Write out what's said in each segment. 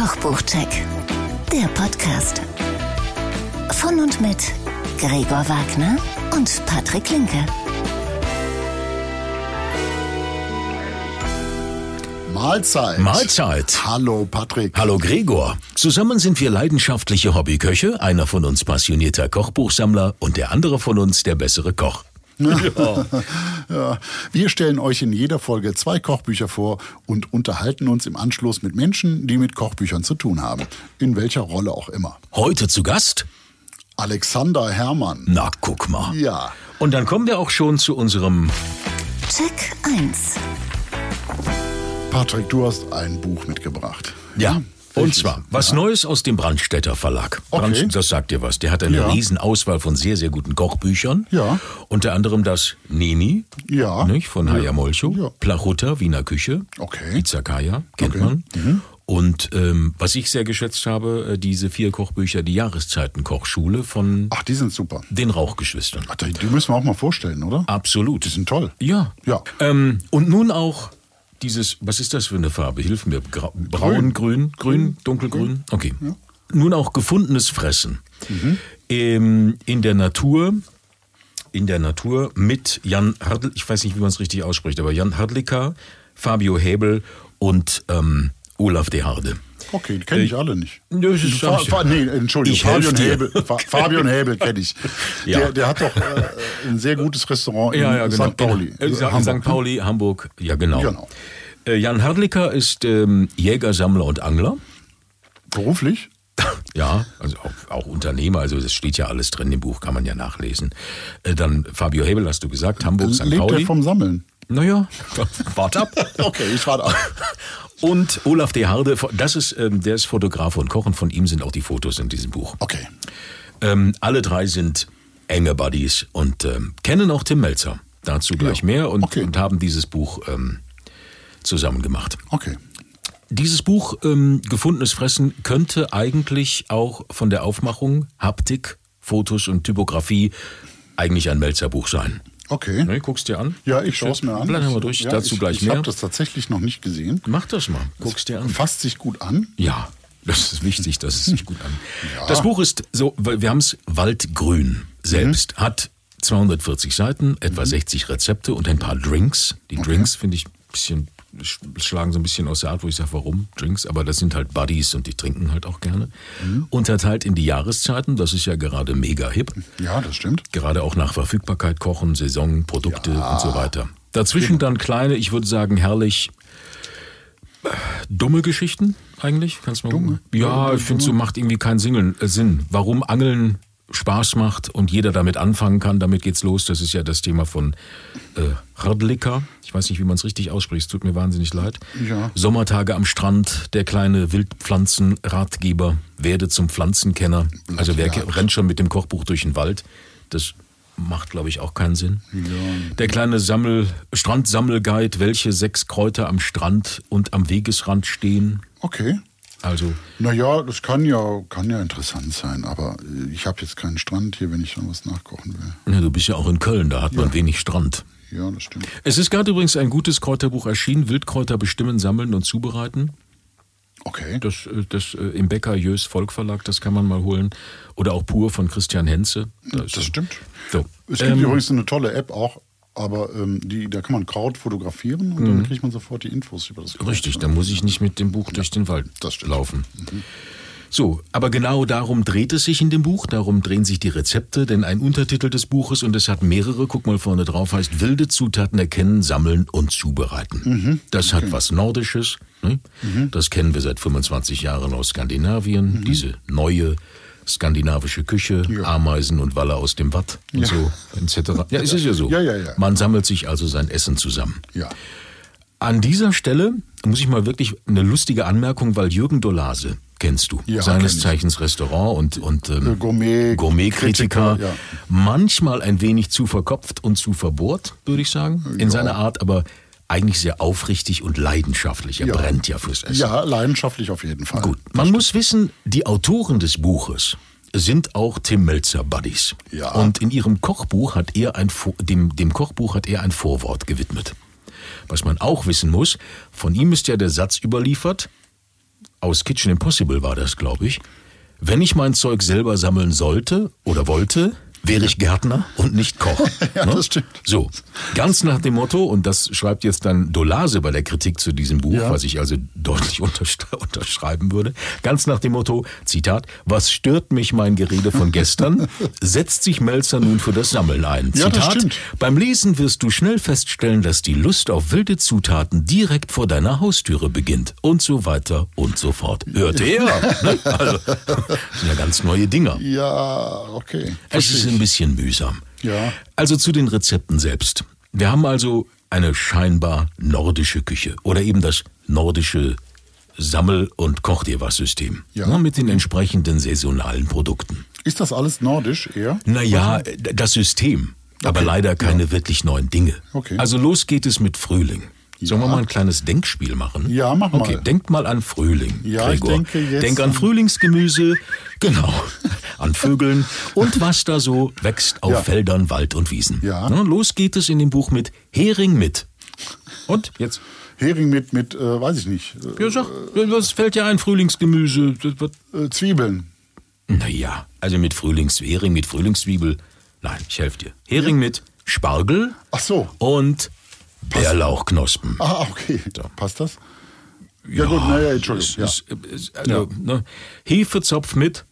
Kochbuchcheck, der Podcast. Von und mit Gregor Wagner und Patrick Linke. Mahlzeit. Hallo Patrick. Hallo Gregor. Zusammen sind wir leidenschaftliche Hobbyköche, einer von uns passionierter Kochbuchsammler und der andere von uns der bessere Koch. Ja. Wir stellen euch in jeder Folge 2 Kochbücher vor und unterhalten uns im Anschluss mit Menschen, die mit Kochbüchern zu tun haben. In welcher Rolle auch immer. Heute zu Gast? Alexander Herrmann. Na, guck mal. Ja. Und dann kommen wir auch schon zu unserem Check 1. Patrick, du hast ein Buch mitgebracht. Ja. Und Welches? zwar was Neues aus dem Brandstätter Verlag. Okay. Das sagt dir was. Der hat eine riesen Auswahl von sehr, sehr guten Kochbüchern. Ja. Unter anderem das Neni, Ja. nicht, von Haya Molcho. Ja. Plachutta, Wiener Küche. Okay. Izakaya, kennt Okay. man. Und was ich sehr geschätzt habe, diese 4 Kochbücher, die Jahreszeiten-Kochschule von Ach, die sind super. den Rauchgeschwistern. Ach, die müssen wir auch mal vorstellen, oder? Absolut. Die sind toll. Ja. Ja. Und nun auch dieses, was ist das für eine Farbe? Hilf mir. Braun, grün, dunkelgrün? Okay. Ja. Nun auch gefundenes Fressen. In der Natur mit Jan Hardl, ich weiß nicht, wie man es richtig ausspricht, aber Jan Hrdlicka, Fabio Hebel und Olaf de Harde. Okay, die kenne ich alle nicht. Das ist Entschuldigung, Ich helf dir. Fabian Hebel kenne ich. Ja. Der hat doch ein sehr gutes Restaurant in Genau. St. Pauli. In St. Pauli, Hamburg, ja genau. Genau. Jan Hrdlicka ist Jäger, Sammler und Angler. Beruflich? Ja, also auch Unternehmer, also das steht ja alles drin im Buch, kann man ja nachlesen. Dann Fabio Hebel, hast du gesagt, Hamburg, St. Lebt Pauli. er vom Sammeln? Naja, wart ab. Okay, ich warte ab. Und Olaf de Harde, der ist Fotograf und Koch und von ihm sind auch die Fotos in diesem Buch. Okay. Alle 3 sind enge Buddies und kennen auch Tim Melzer. Dazu gleich mehr und haben dieses Buch zusammen gemacht. Okay. Dieses Buch, Gefundenes Fressen, könnte eigentlich auch von der Aufmachung, Haptik, Fotos und Typografie eigentlich ein Melzer-Buch sein. Okay. Ne, guckst dir an? Ja, ich schaue es mir an. Blättern wir durch, Ja, dazu gleich ich mehr. Ich habe das tatsächlich noch nicht gesehen. Mach das mal, guck's dir an. Fasst sich gut an. Ja, das ist wichtig, dass es sich gut an. Ja. Das Buch ist so, wir haben es Waldgrün selbst, hat 240 Seiten, etwa 60 Rezepte und ein paar Drinks. Die Drinks finde ich ein bisschen, schlagen so ein bisschen aus der Art, wo ich sage, warum Drinks, aber das sind halt Buddies und die trinken halt auch gerne. Unterteilt in die Jahreszeiten, das ist ja gerade mega hip. Ja, das stimmt. Gerade auch nach Verfügbarkeit kochen, Saison, Produkte und so weiter. Dazwischen dann kleine, ich würde sagen herrlich dumme Geschichten eigentlich. Kannst du mal Dumme? Ja, ich finde, so macht irgendwie keinen Sinn. Warum Angeln Spaß macht und jeder damit anfangen kann, damit geht's los. Das ist ja das Thema von Hrdlicka. Ich weiß nicht, wie man es richtig ausspricht, es tut mir wahnsinnig leid. Ja. Sommertage am Strand, der kleine Wildpflanzenratgeber, werde zum Pflanzenkenner. Also wer rennt schon mit dem Kochbuch durch den Wald? Das macht, glaube ich, auch keinen Sinn. Ja. Der kleine Strandsammelguide, welche 6 Kräuter am Strand und am Wegesrand stehen. Okay. Also, Naja, das kann ja interessant sein, aber ich habe jetzt keinen Strand hier, wenn ich schon was nachkochen will. ja, du bist ja auch in Köln, da hat man wenig Strand. Ja, das stimmt. Es ist gerade übrigens ein gutes Kräuterbuch erschienen, Wildkräuter bestimmen, sammeln und zubereiten. Okay. Das im Becker Jös Volkverlag, das kann man mal holen. Oder auch Pur von Christian Henze. Das stimmt. So. Es gibt übrigens eine tolle App auch, aber da kann man Kraut fotografieren und dann kriegt man sofort die Infos über das Kraut. Richtig, da muss ich nicht mit dem Buch durch den Wald das stimmt. laufen. So, aber genau darum dreht es sich in dem Buch, darum drehen sich die Rezepte, denn ein Untertitel des Buches, und es hat mehrere, guck mal vorne drauf, heißt wilde Zutaten erkennen, sammeln und zubereiten. Das hat was Nordisches, ne? Das kennen wir seit 25 Jahren aus Skandinavien, diese neue skandinavische Küche, Ameisen und Waller aus dem Watt und so, etc. Ja, es ist ja so. Ja. Man sammelt sich also sein Essen zusammen. Ja. An dieser Stelle muss ich mal wirklich eine lustige Anmerkung, weil Jürgen Dolase, kennst du, Ja, seines kenn ich. Zeichens Restaurant und Gourmet-Kritiker, Gourmet-Kritiker, ja. manchmal ein wenig zu verkopft und zu verbohrt, würde ich sagen, in seiner Art, aber eigentlich sehr aufrichtig und leidenschaftlich. Er brennt ja fürs Essen. Ja, leidenschaftlich auf jeden Fall. Gut, man muss wissen, die Autoren des Buches sind auch Tim Melzer Buddies. Ja. Und in ihrem Kochbuch hat er dem Kochbuch hat er ein Vorwort gewidmet. Was man auch wissen muss, von ihm ist ja der Satz überliefert, aus Kitchen Impossible war das, glaube ich. Wenn ich mein Zeug selber sammeln sollte oder wollte, wäre ich Gärtner und nicht Koch. Ja, ne? das stimmt. So, ganz nach dem Motto, und das schreibt jetzt dann Dolase bei der Kritik zu diesem Buch, Ja. was ich also deutlich unterschreiben würde, ganz nach dem Motto, Zitat, was stört mich mein Gerede von gestern, setzt sich Melzer nun für das Sammeln ein. Ja, das Zitat, stimmt. beim Lesen wirst du schnell feststellen, dass die Lust auf wilde Zutaten direkt vor deiner Haustüre beginnt und so weiter und so fort. Hört her! Ne? Also, das sind ja ganz neue Dinger. Ja, okay. Es ist ein bisschen mühsam. Ja. Also zu den Rezepten selbst. Wir haben also eine scheinbar nordische Küche oder eben das nordische Sammel- und Koch-dir-was-System. Ja. Ne, mit den entsprechenden saisonalen Produkten. Ist das alles nordisch eher? Naja, das System, aber Okay. leider keine wirklich neuen Dinge. Okay. Also los geht es mit Frühling. Sollen wir Ja. mal ein kleines Denkspiel machen? Ja, mach mal. Okay, denkt mal an Frühling, Ja, ich Gregor. denke jetzt Denk an an- Frühlingsgemüse, genau, an Vögeln und was da so wächst auf Ja. Feldern, Wald und Wiesen. Ja. Na, los geht es in dem Buch mit Hering mit. Und jetzt? Hering mit weiß ich nicht, Ja, sag, was fällt dir ein, Frühlingsgemüse? Zwiebeln. Naja, also mit Hering mit Frühlingszwiebel. Nein, ich helfe dir. Hering mit Spargel Ach so. und Bärlauchknospen. Ah, okay. So. Passt das? Ja, gut, naja, Entschuldigung. Also, ne, Hefezopf mit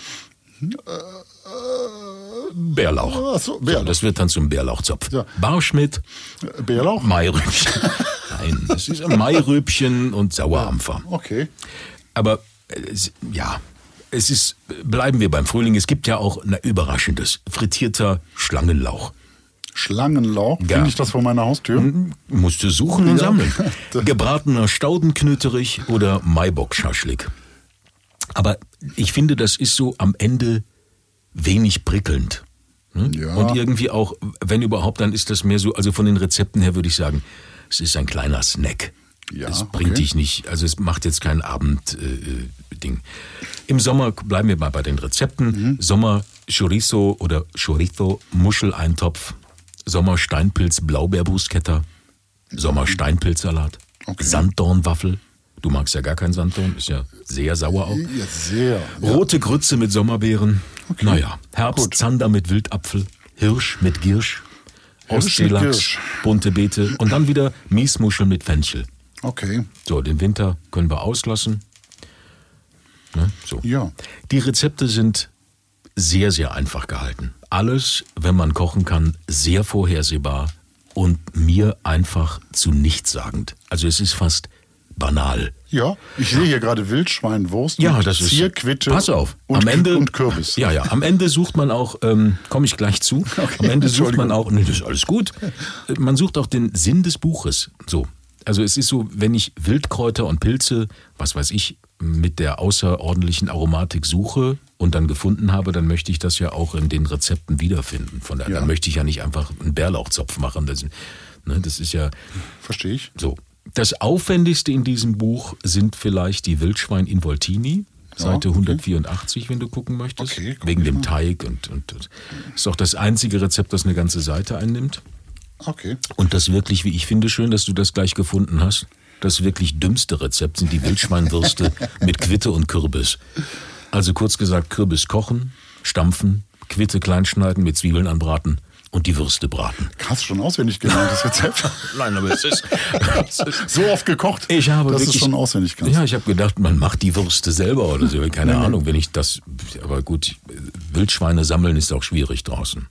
Bärlauch. Ach so, So, Bärlauch. das wird dann zum Bärlauchzopf. Ja. Barsch mit Bärlauch? Mairübchen. Nein, das ist ein Mairübchen und Sauerampfer. Okay. Aber ja, es ist, bleiben wir beim Frühling. Es gibt ja auch Überraschendes. Frittierter Schlangenlauch. Schlangenlauch? Ja. Finde ich das vor meiner Haustür? Musst du suchen und Ja. sammeln. Gebratener Staudenknöterich oder Maibock-Schaschlik. Aber ich finde, das ist so am Ende wenig prickelnd. Ne? Ja. Und irgendwie auch, wenn überhaupt, dann ist das mehr so, also von den Rezepten her würde ich sagen, es ist ein kleiner Snack. Ja, es bringt okay. dich nicht, also es macht jetzt kein Abendding. Im Sommer bleiben wir mal bei den Rezepten. Sommer Chorizo oder Chorizo Muscheleintopf, Sommer Steinpilz Blaubeerbruschetta, Sommer Steinpilzsalat, Okay. Sanddornwaffel. Du magst ja gar keinen Sanddorn, ist ja sehr sauer auch. Ja, sehr. Ja. Rote Grütze mit Sommerbeeren. Okay. Naja, Herbst Gut. Zander mit Wildapfel, Hirsch mit Giersch, Hirsch mit Ostseelachs, Giersch. bunte Beete und dann wieder Miesmuschel mit Fenchel. Okay. So, den Winter können wir auslassen. Ne, so. Ja. Die Rezepte sind sehr, sehr einfach gehalten. Alles, wenn man kochen kann, sehr vorhersehbar und mir einfach zu nichtssagend. Also es ist fast banal. Ja, ich sehe hier gerade Wildschwein, Wurst, Ja, und das ist. Zierquitte Pass auf. und, Am Ende, und Kürbis. Ja, ja. Am Ende sucht man auch, komme ich gleich zu. Okay, Am Ende sucht man Entschuldigung. auch, nee, das ist alles gut. Man sucht auch den Sinn des Buches. So. Also es ist so, wenn ich Wildkräuter und Pilze, was weiß ich, mit der außerordentlichen Aromatik suche und dann gefunden habe, dann möchte ich das ja auch in den Rezepten wiederfinden. Von daher, Ja. dann möchte ich ja nicht einfach einen Bärlauchzopf machen. Das ist ja Verstehe ich. so. Das Aufwendigste in diesem Buch sind vielleicht die Wildschwein Involtini, Seite okay. 184, wenn du gucken möchtest. Okay, guck wegen ich dem mal. Teig und ist auch das einzige Rezept, das eine ganze Seite einnimmt. Okay. Und das wirklich, wie ich finde, schön, dass du das gleich gefunden hast. Das wirklich dümmste Rezept sind die Wildschweinwürste mit Quitte und Kürbis. Also kurz gesagt, Kürbis kochen, stampfen, Quitte kleinschneiden, mit Zwiebeln anbraten und die Würste braten. Hast du schon auswendig gelernt, das Rezept? Nein, aber es ist So oft gekocht, Ich habe dass wirklich, du schon auswendig kannst. Ja, ich habe gedacht, man macht die Würste selber oder so. Keine Ahnung, wenn ich das. Aber gut, Wildschweine sammeln ist auch schwierig draußen.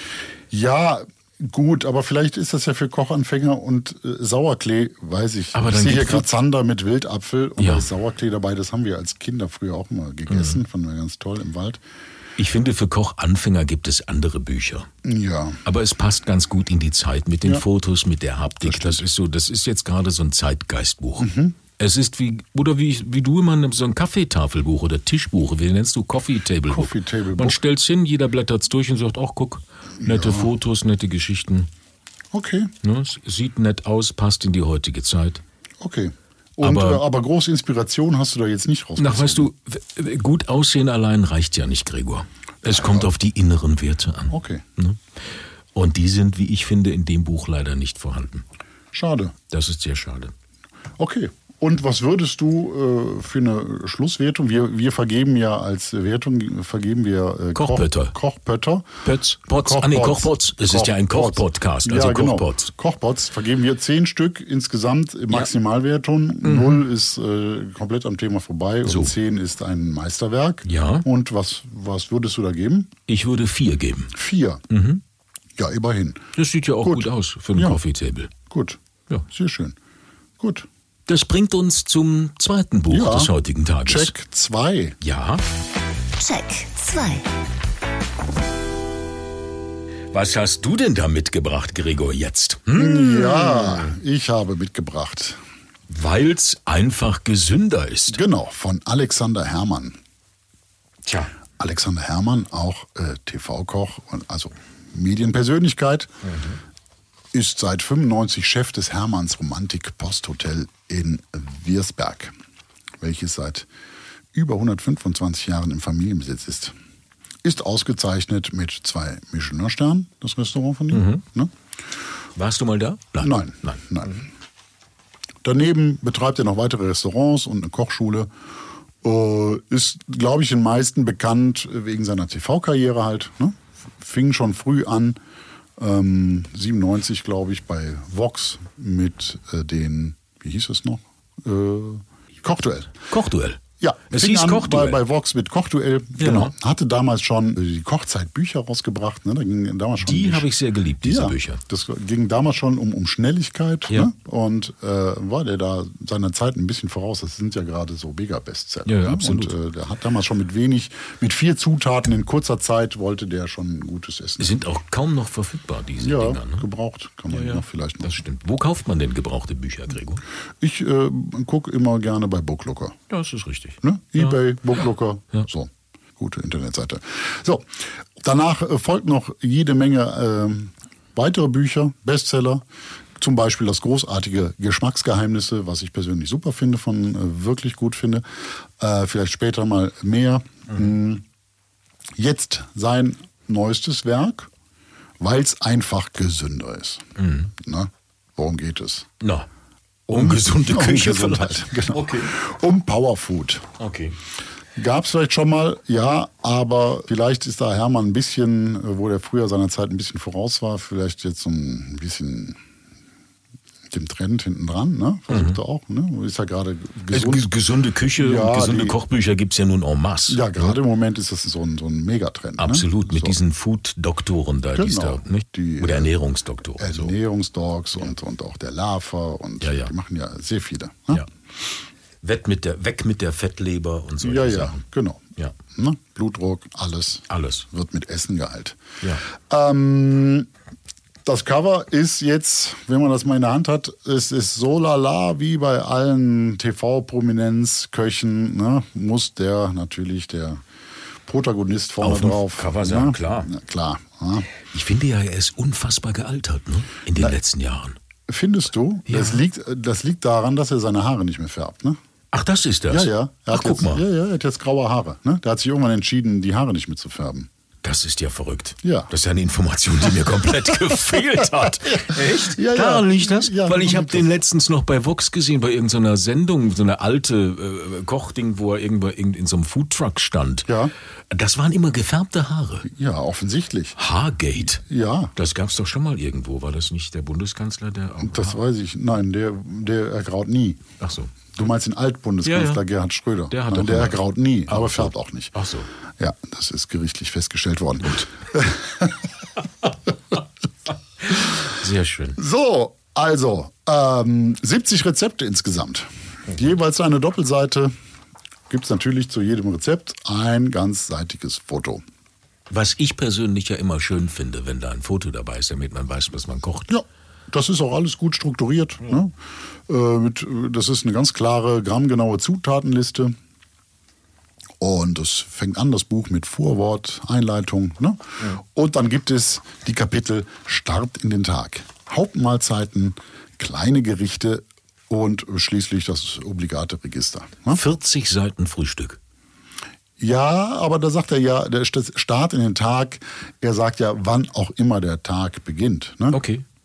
Ja, gut, aber vielleicht ist das ja für Kochanfänger und Sauerklee, weiß ich. Aber ich dann sehe hier gibt- gerade Zander mit Wildapfel und Ja. da ist Sauerklee dabei. Das haben wir als Kinder früher auch mal gegessen. Fanden wir ganz toll im Wald. Ich finde, für Kochanfänger gibt es andere Bücher. Ja. Aber es passt ganz gut in die Zeit mit den Ja. Fotos, mit der Haptik. Das ist jetzt gerade so ein Zeitgeistbuch. Mhm. Es ist wie du immer so ein Kaffeetafelbuch oder Tischbuch. Wie nennst du Coffee Table Book? Coffee Table Book. Man stellt's hin, jeder blättert's durch und sagt, ach guck, nette Fotos, nette Geschichten. Okay, Ne? Es sieht nett aus, passt in die heutige Zeit. okay. Und, Aber- aber große Inspiration hast du da jetzt nicht rausgezogen. Weißt du, gut aussehen allein reicht ja nicht, Gregor. Es kommt auf die inneren Werte an. Okay, Ne? Und die sind, wie ich finde, in dem Buch leider nicht vorhanden. schade. Das ist sehr schade. Okay, Und was würdest du für eine Schlusswertung? Wir vergeben ja als Wertung Kochpötter. Kochpötter. Kochpots. Es ist ja ein Kochpodcast, also Kochpots. Genau. Kochpots vergeben wir 10 Stück insgesamt Maximalwertung. 0 ist komplett am Thema vorbei und 10 ist ein Meisterwerk. Ja. Und was würdest du da geben? Ich würde 4 geben. 4? Ja, immerhin. Das sieht ja auch gut aus für einen Coffee Table. Gut. Ja. Sehr schön. Gut. Das bringt uns zum zweiten Buch des heutigen Tages. Check 2. Ja. Check 2. Was hast du denn da mitgebracht, Gregor, jetzt? Ja, ich habe mitgebracht. Weil's einfach gesünder ist. Genau, von Alexander Herrmann. Tja. Alexander Herrmann, auch TV-Koch, also Medienpersönlichkeit, ist seit 95 Chef des Hermanns Romantik Posthotel in Wiersberg, welches seit über 125 Jahren im Familienbesitz ist. Ist ausgezeichnet mit 2 Michelin-Sternen, das Restaurant von ihm. Ne? Warst du mal da? Nein. Daneben betreibt er noch weitere Restaurants und eine Kochschule. Ist, glaube ich, den meisten bekannt wegen seiner TV-Karriere halt. Ne? Fing schon früh an, 97, glaube ich, bei Vox mit den, wie hieß es noch? Kochduell. Kochduell. Ja, es fing hieß an Kochduell. bei Vox mit Kochduell. Ja. Genau. Hatte damals schon die Kochzeitbücher rausgebracht. Ne? Da ging damals schon Die habe ich sehr geliebt, diese Bücher. Das ging damals schon um Schnelligkeit. Ja. Ne? Und war der da seiner Zeit ein bisschen voraus. Das sind ja gerade so Mega-Bestseller. Ja, ne? absolut. Und der hat damals schon mit 4 Zutaten in kurzer Zeit wollte der schon gutes Essen. Sind auch kaum noch verfügbar, diese Dinger. Ne? Gebraucht kann man noch vielleicht noch. Das stimmt. Wo kauft man denn gebrauchte Bücher, Gregor? Ich gucke immer gerne bei Booklooker. Ja, das ist richtig. Ne? eBay, Booklooker, so, gute Internetseite. So, danach folgt noch jede Menge weitere Bücher, Bestseller, zum Beispiel das großartige Geschmacksgeheimnisse, was ich persönlich super finde, wirklich gut finde. Vielleicht später mal mehr. Jetzt sein neuestes Werk, weil es einfach gesünder ist. Na, worum geht es? Na, um gesunde Küche Gesundheit, vielleicht. genau. Okay. Um Powerfood. Okay. Gab es vielleicht schon mal, ja, aber vielleicht ist da Hermann ein bisschen, wo der früher seiner Zeit ein bisschen voraus war, vielleicht jetzt so ein bisschen dem Trend hinten dran, ne? Versucht er auch, ne? Ist ja gerade gesund. Gesunde Küche und gesunde Kochbücher gibt es ja nun en masse. Ja, gerade im Moment ist das so ein Megatrend. Absolut, ne? mit diesen Food-Doktoren da, die es da, nicht? Oder Ernährungsdoktoren. Ernährungsdocs und auch der Lafer und die machen ja sehr viele. Ne? Ja. Weg mit der Fettleber und so. Ja, genau. Ja. Ne? Blutdruck, alles wird mit Essen geheilt. Ja. Das Cover ist jetzt, wenn man das mal in der Hand hat, es ist so lala wie bei allen TV-Prominenz-Köchen, ne? Muss der Protagonist vorne auf dem drauf. Cover sein, ne? klar. Ja, klar. Ja. Ich finde ja, er ist unfassbar gealtert, ne? In den letzten Jahren. Findest du? Ja. Das liegt daran, dass er seine Haare nicht mehr färbt, ne? Ach, das ist das? Ja. Guck mal. Ja, er hat jetzt graue Haare. Ne? Der hat sich irgendwann entschieden, die Haare nicht mehr zu färben. Das ist ja verrückt. Ja. Das ist ja eine Information, die mir komplett gefehlt hat. Echt? Ja. Daran liegt das? Ja, weil ich habe den letztens noch bei Vox gesehen, bei irgendeiner Sendung, so eine alte Kochding, wo er irgendwo in so einem Foodtruck stand. Ja. Das waren immer gefärbte Haare. Ja, offensichtlich. Haargate. Ja. Das gab's doch schon mal irgendwo. War das nicht der Bundeskanzler, der auch Das weiß ich. Nein, der ergraut nie. Ach so. Du meinst den Altbundeskanzler Gerhard Schröder. Der ergraut nie, aber färbt auch nicht. Ach so. Ja, das ist gerichtlich festgestellt worden. Sehr schön. So, also 70 Rezepte insgesamt. Jeweils eine Doppelseite. Gibt es natürlich zu jedem Rezept ein ganzseitiges Foto. Was ich persönlich ja immer schön finde, wenn da ein Foto dabei ist, damit man weiß, was man kocht. Ja, das ist auch alles gut strukturiert. Ne? Das ist eine ganz klare, grammgenaue Zutatenliste. Und es fängt an, das Buch, mit Vorwort, Einleitung. Ne? Ja. Und dann gibt es die Kapitel Start in den Tag, Hauptmahlzeiten, kleine Gerichte und schließlich das obligate Register. Ne? 40 Seiten Frühstück. Ja, aber da sagt er ja, der Start in den Tag, er sagt ja, wann auch immer der Tag beginnt. Ne? Okay.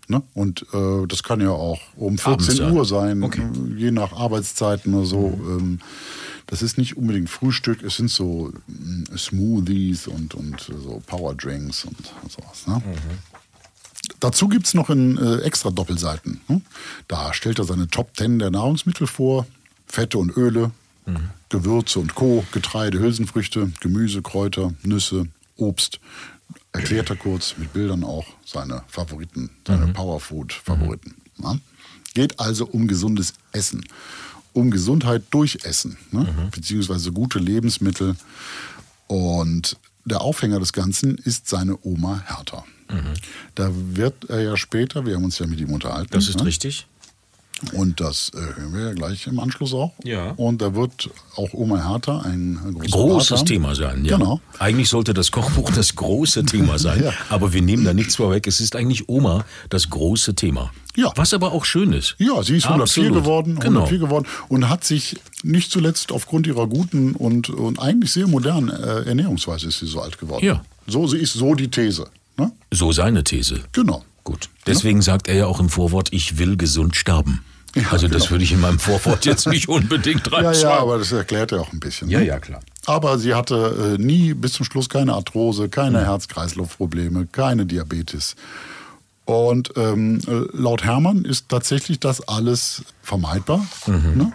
Ne? Und das kann ja auch um 14 Abends, Uhr sein, okay. Je nach Arbeitszeiten oder so. Das ist nicht unbedingt Frühstück, es sind so Smoothies und so Powerdrinks und sowas. Ne? Dazu gibt es noch extra Doppelseiten. Ne? Da stellt er seine Top 10 der Nahrungsmittel vor, Fette und Öle, Gewürze und Co., Getreide, Hülsenfrüchte, Gemüse, Kräuter, Nüsse, Obst. Erklärt er kurz mit Bildern auch seine Favoriten, seine Powerfood-Favoriten. Ja? Geht also um gesundes Essen, um Gesundheit durch Essen, ne? Beziehungsweise gute Lebensmittel. Und der Aufhänger des Ganzen ist seine Oma Hertha. Da wird er ja später, wir haben uns ja mit ihm unterhalten. Das ist richtig. Und das hören wir ja gleich im Anschluss auch. Ja. Und da wird auch Oma Hertha ein großes Thema sein. Ja. Genau. Eigentlich sollte das Kochbuch das große Thema sein, Ja. aber wir nehmen da nichts vorweg. Es ist eigentlich Oma das große Thema. Ja. Was aber auch schön ist. Ja, sie ist 104 Absolut. geworden, Genau. Und hat sich nicht zuletzt aufgrund ihrer guten und eigentlich sehr modernen Ernährungsweise ist sie so alt geworden. Ja. Sie ist so die These. Ne? So seine These. Genau. Gut. Deswegen sagt er ja auch im Vorwort, ich will gesund sterben. Ja, also das genau. würde ich in meinem Vorwort jetzt nicht unbedingt Ja, reinschreiben. aber das erklärt er auch ein bisschen. Ja, ne? ja, klar. Aber sie hatte nie bis zum Schluss keine Arthrose, keine Herz-Kreislauf-Probleme, keine Diabetes. Und laut Hermann ist tatsächlich das alles vermeidbar. Ne?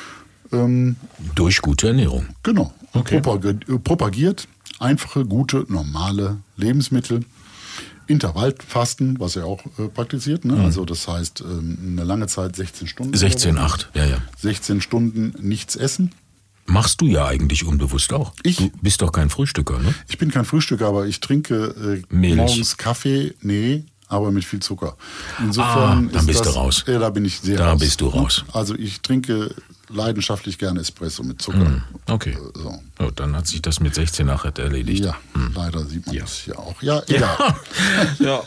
Durch gute Ernährung. Genau. Okay. Propagiert einfache, gute, normale Lebensmittel. Intervallfasten, was er auch praktiziert. Ne? Also das heißt, eine lange Zeit 16 Stunden. 16,8, ja. 16 Stunden nichts essen. Machst du ja eigentlich unbewusst auch. Ich? Du bist doch kein Frühstücker, ne? Ich bin kein Frühstücker, aber ich trinke Milch. morgens Kaffee, aber mit viel Zucker. Insofern dann bist du raus. Ja, da bin ich sehr Da raus. bist du raus. Also ich trinke leidenschaftlich gerne Espresso mit Zucker. Okay. So. Oh, dann hat sich das mit 16,8 erledigt. Ja, leider sieht man das ja auch. Ja, egal. Ja.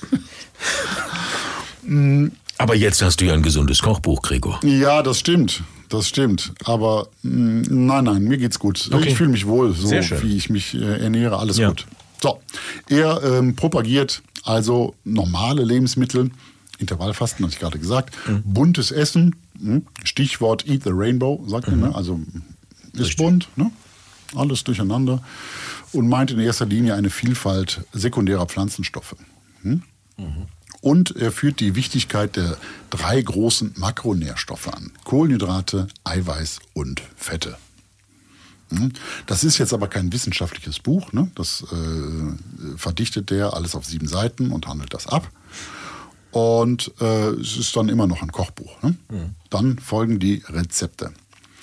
Aber jetzt hast du ja ein gesundes Kochbuch, Gregor. Ja, das stimmt. Das stimmt. Aber nein, mir geht's gut. Okay. Ich fühle mich wohl, so Sehr schön. wie ich mich ernähre, alles Ja. gut. So, er propagiert also normale Lebensmittel, Intervallfasten, hatte ich gerade gesagt, buntes Essen, Stichwort Eat the Rainbow, sagt er, ne? Also ist Richtig. bunt, ne? Alles durcheinander und meint in erster Linie eine Vielfalt sekundärer Pflanzenstoffe. Und er führt die Wichtigkeit der 3 großen Makronährstoffe an. Kohlenhydrate, Eiweiß und Fette. Das ist jetzt aber kein wissenschaftliches Buch. Ne? Das verdichtet der alles auf 7 Seiten und handelt das ab. Und es ist dann immer noch ein Kochbuch. Ne? Dann folgen die Rezepte.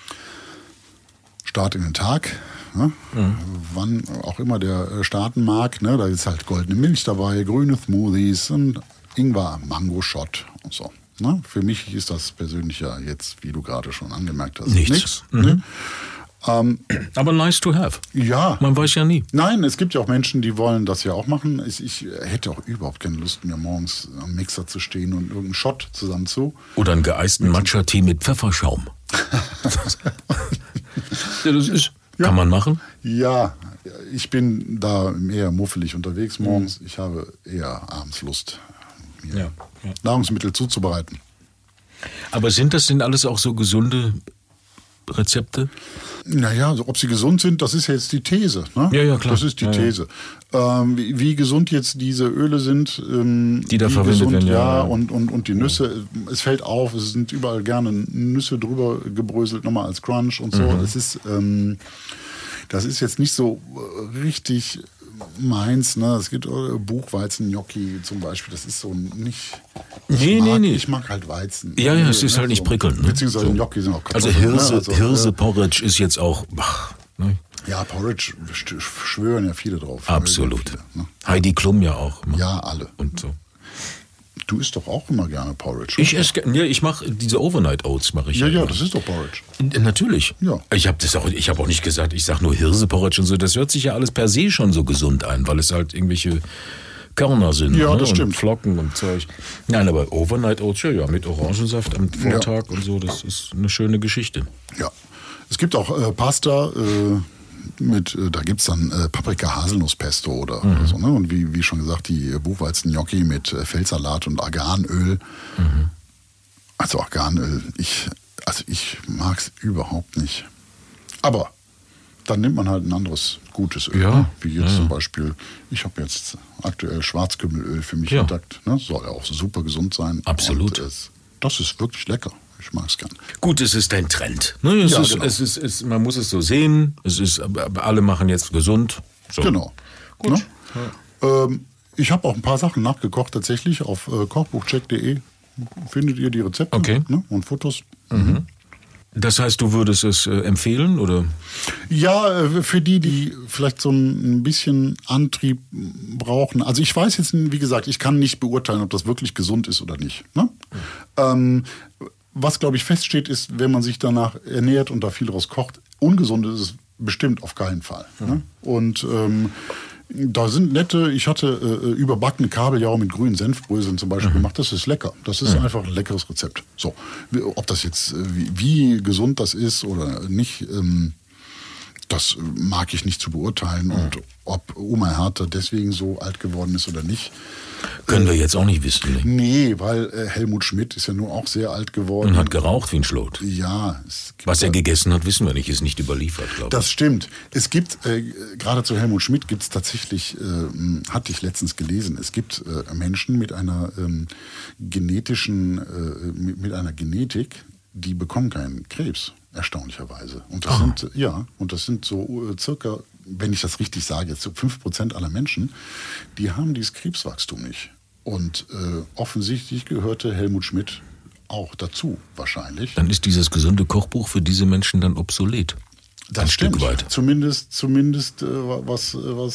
Start in den Tag. Ne? Wann auch immer der starten mag. Ne? Da ist halt goldene Milch dabei, grüne Smoothies und Ingwer, Mango-Shot und so. Ne? Für mich ist das persönlich ja jetzt, wie du gerade schon angemerkt hast, Nichts. Ne? Aber nice to have. Ja. Man weiß ja nie. Nein, es gibt ja auch Menschen, die wollen das ja auch machen. Ich hätte auch überhaupt keine Lust, mir morgens am Mixer zu stehen und irgendeinen Shot zusammen zu. Oder einen geeisten Matcha-Tee mit Pfefferschaum. Ja, das ist, kann man machen. Ja, ich bin da eher muffelig unterwegs morgens. Ich habe eher abends Lust, mir Nahrungsmittel zuzubereiten. Aber sind das denn alles auch so gesunde Rezepte? Naja, also ob sie gesund sind, das ist ja jetzt die These. Ne? Ja, klar. Das ist die These. Wie gesund jetzt diese Öle sind, die da wie verwendet gesund, werden, ja. Und die Nüsse. Es fällt auf, es sind überall gerne Nüsse drüber gebröselt, nochmal als Crunch und so. Das ist jetzt nicht so richtig meins. Ne? Es gibt Buchweizen-Gnocchi zum Beispiel. Das ist so nicht... Nee. Ich mag halt Weizen. Ja, es ist halt nicht prickelnd. Ne? Beziehungsweise so. Gnocchi sind auch Also Kartoffeln. Hirse-Porridge ist jetzt auch... Ne? Ja, Porridge schwören ja viele drauf. Absolut. Viele, ne? Heidi Klum ja auch. Ne? Ja, alle. Und so. Du isst doch auch immer gerne Porridge. Ich mache diese Overnight Oats mache ich. Ja, das ist doch Porridge. Natürlich. Ja. Ich habe auch nicht gesagt, ich sage nur Hirse-Porridge und so. Das hört sich ja alles per se schon so gesund an, weil es halt irgendwelche Körner sind. Ja, ne? das stimmt. Und Flocken und Zeug. Nein, aber Overnight Oats, ja, mit Orangensaft am Vortag und so, das ist eine schöne Geschichte. Ja. Es gibt auch Pasta da gibt es dann Paprika-Haselnusspesto oder so. Ne? Und wie schon gesagt, die Buchweizen-Gnocchi mit Feldsalat und Arganöl. Also Arganöl, ich mag es überhaupt nicht. Aber dann nimmt man halt ein anderes gutes Öl. Ja. Ne? Wie jetzt zum Beispiel, ich habe jetzt aktuell Schwarzkümmelöl für mich entdeckt. Ne? Soll ja auch super gesund sein. Absolut. Und das ist wirklich lecker. Ich mag es gern. Gut, es ist ein Trend. Ne? Genau. Man muss es so sehen. Alle machen jetzt gesund. So. Genau. Gut. Ne? Ja. Ich habe auch ein paar Sachen nachgekocht tatsächlich. Auf kochbuchcheck.de findet ihr die Rezepte und Fotos. Das heißt, du würdest es empfehlen, oder? Ja, für die vielleicht so ein bisschen Antrieb brauchen. Also ich weiß jetzt, wie gesagt, ich kann nicht beurteilen, ob das wirklich gesund ist oder nicht. Ne? Was, glaube ich, feststeht, ist, wenn man sich danach ernährt und da viel draus kocht, ungesund ist es bestimmt auf keinen Fall. Ne? Und da sind nette, ich hatte überbackene Kabeljau mit grünen Senfbröseln zum Beispiel gemacht. Das ist lecker. Das ist einfach ein leckeres Rezept. So, ob das jetzt, wie gesund das ist oder nicht, das mag ich nicht zu beurteilen. Und ob Oma Hertha deswegen so alt geworden ist oder nicht. Können wir jetzt auch nicht wissen. Ne? Nee, weil Helmut Schmidt ist ja nur auch sehr alt geworden. Und hat geraucht wie ein Schlot. Ja. Was er gegessen hat, wissen wir nicht. Ist nicht überliefert, glaube ich. Das stimmt. Es gibt, gerade zu Helmut Schmidt gibt es tatsächlich, hatte ich letztens gelesen, es gibt Menschen mit einer mit einer Genetik, die bekommen keinen Krebs, erstaunlicherweise. Und das sind so circa, wenn ich das richtig sage, jetzt so 5% aller Menschen, die haben dieses Krebswachstum nicht. Und offensichtlich gehörte Helmut Schmidt auch dazu, wahrscheinlich. Dann ist dieses gesunde Kochbuch für diese Menschen dann obsolet. Das stimmt. Stück weit. Zumindest was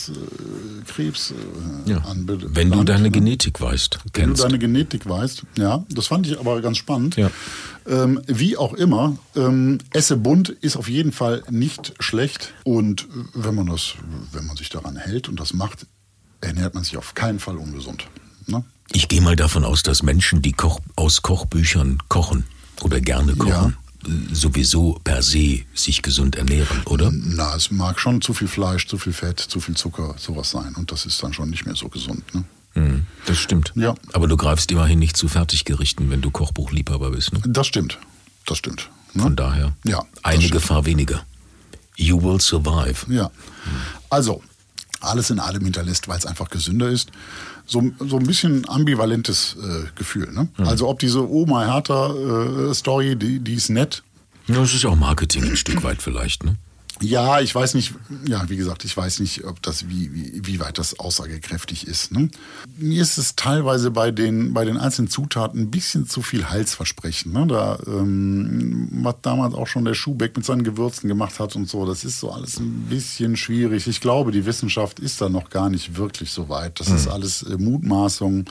Krebs anbelangt. Wenn du deine Genetik weißt, Wenn du deine Genetik weißt, ja. Das fand ich aber ganz spannend. Ja. Wie auch immer, esse bunt ist auf jeden Fall nicht schlecht. Und wenn man sich daran hält und das macht, ernährt man sich auf keinen Fall ungesund. Ne? Ich gehe mal davon aus, dass Menschen, die aus Kochbüchern kochen oder gerne kochen, sowieso per se sich gesund ernähren, oder? Na, es mag schon zu viel Fleisch, zu viel Fett, zu viel Zucker, sowas sein. Und das ist dann schon nicht mehr so gesund. Ne? Das stimmt. Ja. Aber du greifst immerhin nicht zu Fertiggerichten, wenn du Kochbuchliebhaber bist. Ne? Das stimmt. Ne? Von daher eine Gefahr weniger. You will survive. Ja. Also, alles in allem hinterlässt, weil es einfach gesünder ist. So ein bisschen ambivalentes Gefühl. Ne? Also ob diese Oma Hertha-Story, die ist nett. Ja, das ist ja auch Marketing ein Stück weit vielleicht, ne? Ja, ich weiß nicht, wie gesagt, ich weiß nicht, ob das wie weit das aussagekräftig ist. Ne? Mir ist es teilweise bei den einzelnen Zutaten ein bisschen zu viel Heilsversprechen. Ne? Da, was damals auch schon der Schubeck mit seinen Gewürzen gemacht hat und so, das ist so alles ein bisschen schwierig. Ich glaube, die Wissenschaft ist da noch gar nicht wirklich so weit. Das ist alles Mutmaßung.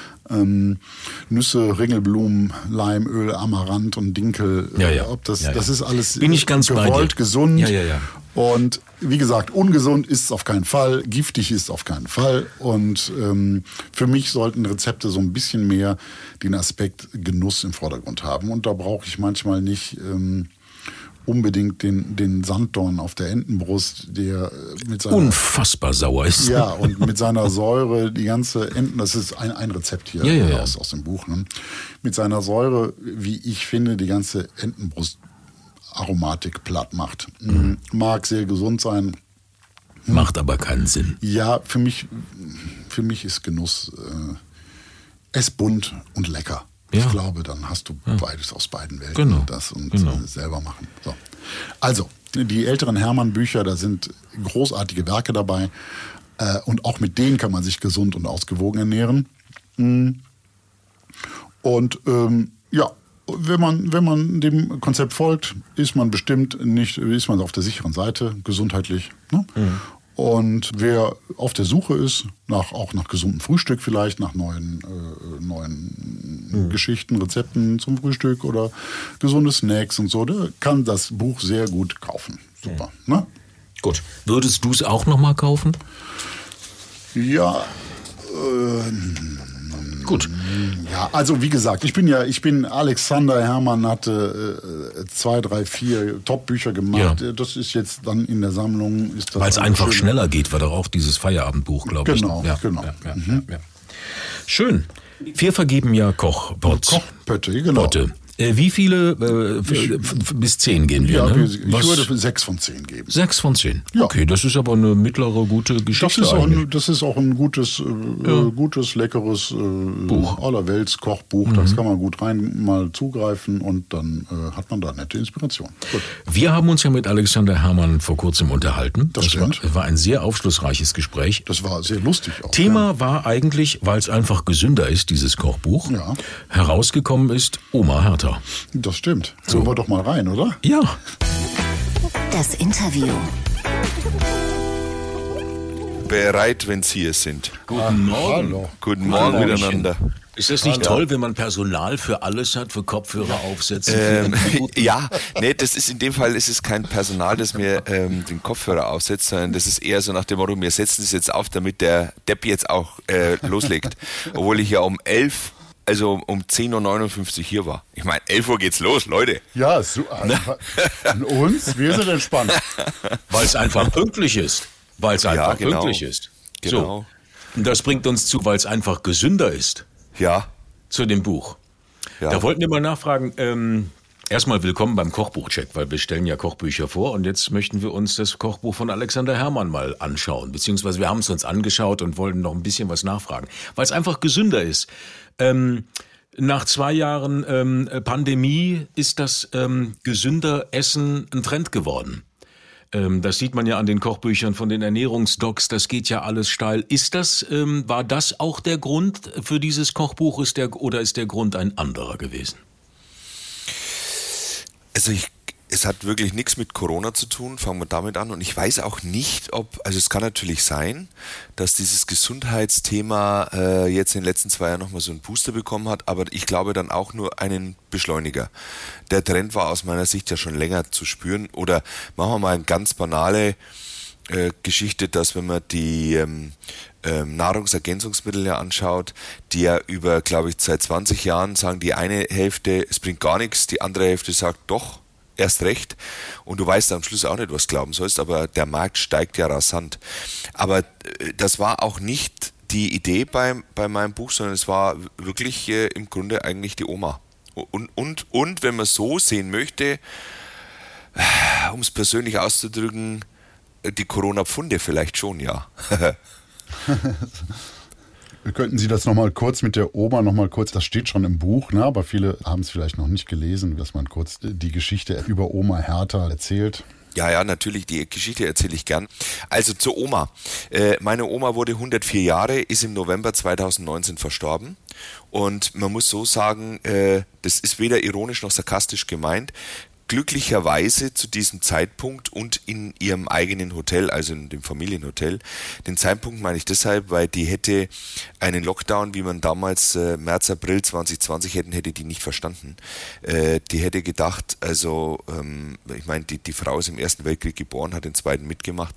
Nüsse, Ringelblumen, Leimöl, Amaranth und Dinkel. Das ist alles Bin ich ganz gewollt, gesund. Ja. Und wie gesagt, ungesund ist es auf keinen Fall, giftig ist es auf keinen Fall. Und für mich sollten Rezepte so ein bisschen mehr den Aspekt Genuss im Vordergrund haben. Und da brauche ich manchmal nicht unbedingt den Sanddorn auf der Entenbrust, der mit seiner unfassbar sauer ist. Ja, und mit seiner Säure die ganze das ist ein Rezept hier aus dem Buch, ne? Mit seiner Säure, wie ich finde, die ganze Entenbrust Aromatik platt macht. Mag sehr gesund sein. Macht aber keinen Sinn. Ja, für mich ist Genuss es bunt und lecker. Ich glaube, dann hast du beides aus beiden Welten. Selber machen. So. Also, die älteren Hermann-Bücher, da sind großartige Werke dabei. Und auch mit denen kann man sich gesund und ausgewogen ernähren. Und wenn man dem Konzept folgt, ist man auf der sicheren Seite, gesundheitlich. Ne? Und wer auf der Suche ist, auch nach gesundem Frühstück vielleicht, nach neuen Geschichten, Rezepten zum Frühstück oder gesunde Snacks und so, der kann das Buch sehr gut kaufen. Super. Ne? Gut. Würdest du es auch nochmal kaufen? Ja. Gut. Ja, also wie gesagt, ich bin Alexander Herrmann, hatte 2, 3, 4 Top-Bücher gemacht. Ja. Das ist jetzt dann in der Sammlung. Weil es einfach schneller geht, war doch auch dieses Feierabendbuch, glaube ich. Genau. Ja. Schön. Wir vergeben ja Kochpötte, genau. Potte. Wie viele bis 10 gehen wir? Ja, ne? ich würde 6 von 10 geben. 6 von 10? Ja. Okay, das ist aber eine mittlere, gute Geschichte. Das ist auch ein gutes, leckeres Buch. Allerwelts-Kochbuch. Das kann man gut rein mal zugreifen und dann hat man da nette Inspiration. Gut. Wir haben uns ja mit Alexander Herrmann vor kurzem unterhalten. Das war ein sehr aufschlussreiches Gespräch. Das war sehr lustig auch. Thema war eigentlich, weil es einfach gesünder ist, dieses Kochbuch, herausgekommen ist Oma Hertha. Das stimmt. So. Wir doch mal rein, oder? Ja. Das Interview. Bereit, wenn Sie es sind. Guten Morgen. Hallo. Guten Morgen miteinander. Ist das nicht toll, wenn man Personal für alles hat, für Kopfhörer aufsetzen? Ja, nee, das ist in dem Fall ist es kein Personal, das mir den Kopfhörer aufsetzt, sondern das ist eher so nach dem Motto, wir setzen es jetzt auf, damit der Depp jetzt auch loslegt. Obwohl ich ja um 11, also um 10.59 Uhr hier war. Ich meine, 11 Uhr geht's los, Leute. Ja, so, an uns, wir sind entspannt. Weil es einfach pünktlich ist. Pünktlich ist. Genau. So. Und das bringt uns zu, weil es einfach gesünder ist. Ja. Zu dem Buch. Ja. Da wollten wir mal nachfragen, erstmal willkommen beim Kochbuchcheck, weil wir stellen ja Kochbücher vor und jetzt möchten wir uns das Kochbuch von Alexander Herrmann mal anschauen, beziehungsweise wir haben es uns angeschaut und wollten noch ein bisschen was nachfragen, weil es einfach gesünder ist. Nach 2 Jahren Pandemie ist das gesünder Essen ein Trend geworden. Das sieht man ja an den Kochbüchern von den Ernährungsdocs, das geht ja alles steil. War das auch der Grund für dieses Kochbuch oder ist der Grund ein anderer gewesen? Also es hat wirklich nichts mit Corona zu tun, fangen wir damit an. Und ich weiß auch nicht, also es kann natürlich sein, dass dieses Gesundheitsthema jetzt in den letzten 2 Jahren nochmal so einen Booster bekommen hat, aber ich glaube dann auch nur einen Beschleuniger. Der Trend war aus meiner Sicht ja schon länger zu spüren. Oder machen wir mal eine ganz banale Geschichte, dass wenn man die Nahrungsergänzungsmittel ja anschaut, die ja über, glaube ich, seit 20 Jahren sagen die eine Hälfte, es bringt gar nichts, die andere Hälfte sagt doch, erst recht. Und du weißt am Schluss auch nicht, was du glauben sollst, aber der Markt steigt ja rasant. Aber das war auch nicht die Idee bei meinem Buch, sondern es war wirklich im Grunde eigentlich die Oma. Und wenn man es so sehen möchte, um es persönlich auszudrücken, die Corona-Pfunde vielleicht schon, ja. Könnten Sie das nochmal kurz mit der Oma das steht schon im Buch, ne? Aber viele haben es vielleicht noch nicht gelesen, dass man kurz die Geschichte über Oma Hertha erzählt. Ja, natürlich, die Geschichte erzähle ich gern. Also zur Oma. Meine Oma wurde 104 Jahre, ist im November 2019 verstorben. Und man muss so sagen, das ist weder ironisch noch sarkastisch gemeint. Glücklicherweise zu diesem Zeitpunkt und in ihrem eigenen Hotel, also in dem Familienhotel. Den Zeitpunkt meine ich deshalb, weil die hätte einen Lockdown, wie man damals März, April 2020 hätte die nicht verstanden. Die hätte gedacht, also ich meine, die Frau ist im Ersten Weltkrieg geboren, hat den Zweiten mitgemacht.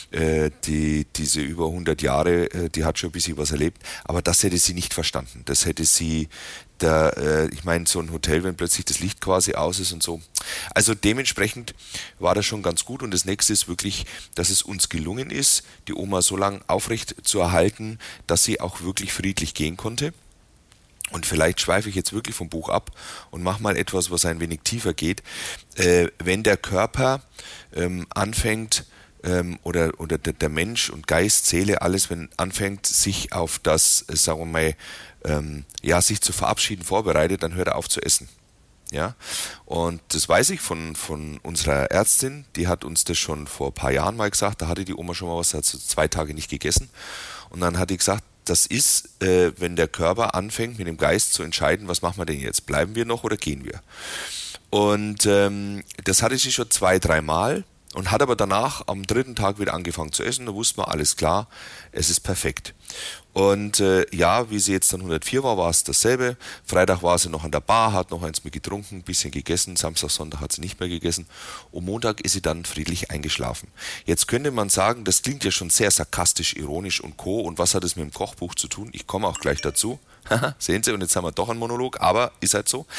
Diese über 100 Jahre, die hat schon ein bisschen was erlebt, aber das hätte sie nicht verstanden. Das hätte sie ich meine, so ein Hotel, wenn plötzlich das Licht quasi aus ist und so. Also dementsprechend war das schon ganz gut und das nächste ist wirklich, dass es uns gelungen ist, die Oma so lange aufrecht zu erhalten, dass sie auch wirklich friedlich gehen konnte. Und vielleicht schweife ich jetzt wirklich vom Buch ab und mache mal etwas, was ein wenig tiefer geht. Wenn der Körper anfängt, oder der Mensch und Geist, Seele, alles, wenn anfängt, sich auf das, sagen wir mal, sich zu verabschieden vorbereitet, dann hört er auf zu essen. Ja, und das weiß ich von unserer Ärztin, die hat uns das schon vor ein paar Jahren mal gesagt, da hatte die Oma schon mal was, hat so 2 Tage nicht gegessen und dann hat die gesagt, das ist, wenn der Körper anfängt, mit dem Geist zu entscheiden, was machen wir denn jetzt, bleiben wir noch oder gehen wir? Und das hatte sie schon 2-3 Mal und hat aber danach am 3. Tag wieder angefangen zu essen, da wusste man, alles klar, es ist perfekt. Und wie sie jetzt dann 104 war es dasselbe. Freitag war sie noch an der Bar, hat noch eins mit getrunken, ein bisschen gegessen. Samstag, Sonntag hat sie nicht mehr gegessen. Und Montag ist sie dann friedlich eingeschlafen. Jetzt könnte man sagen, das klingt ja schon sehr sarkastisch, ironisch und co. Und was hat es mit dem Kochbuch zu tun? Ich komme auch gleich dazu. Sehen Sie, und jetzt haben wir doch einen Monolog, aber ist halt so.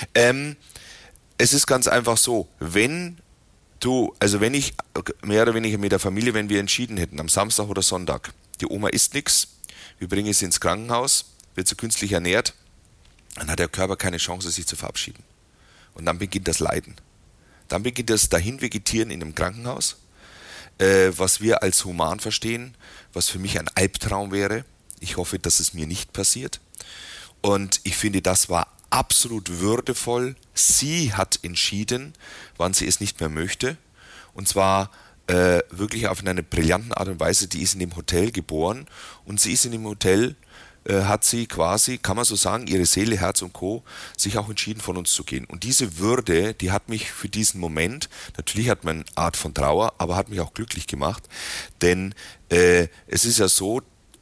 Es ist ganz einfach so, wenn ich mehr oder weniger mit der Familie, wenn wir entschieden hätten, am Samstag oder Sonntag, die Oma isst nichts, wir bringen sie ins Krankenhaus, wird sie künstlich ernährt, dann hat der Körper keine Chance, sich zu verabschieden. Und dann beginnt das Leiden. Dann beginnt das Dahinvegetieren in einem Krankenhaus, was wir als human verstehen, was für mich ein Albtraum wäre. Ich hoffe, dass es mir nicht passiert. Und ich finde, das war absolut würdevoll. Sie hat entschieden, wann sie es nicht mehr möchte. Und zwar wirklich auf eine brillante Art und Weise. Die ist in dem Hotel geboren und sie ist in dem Hotel, hat sie quasi, kann man so sagen, ihre Seele, Herz und Co. sich auch entschieden, von uns zu gehen. Und diese Würde, die hat mich für diesen Moment, natürlich hat man eine Art von Trauer, aber hat mich auch glücklich gemacht. Denn es ist ja so,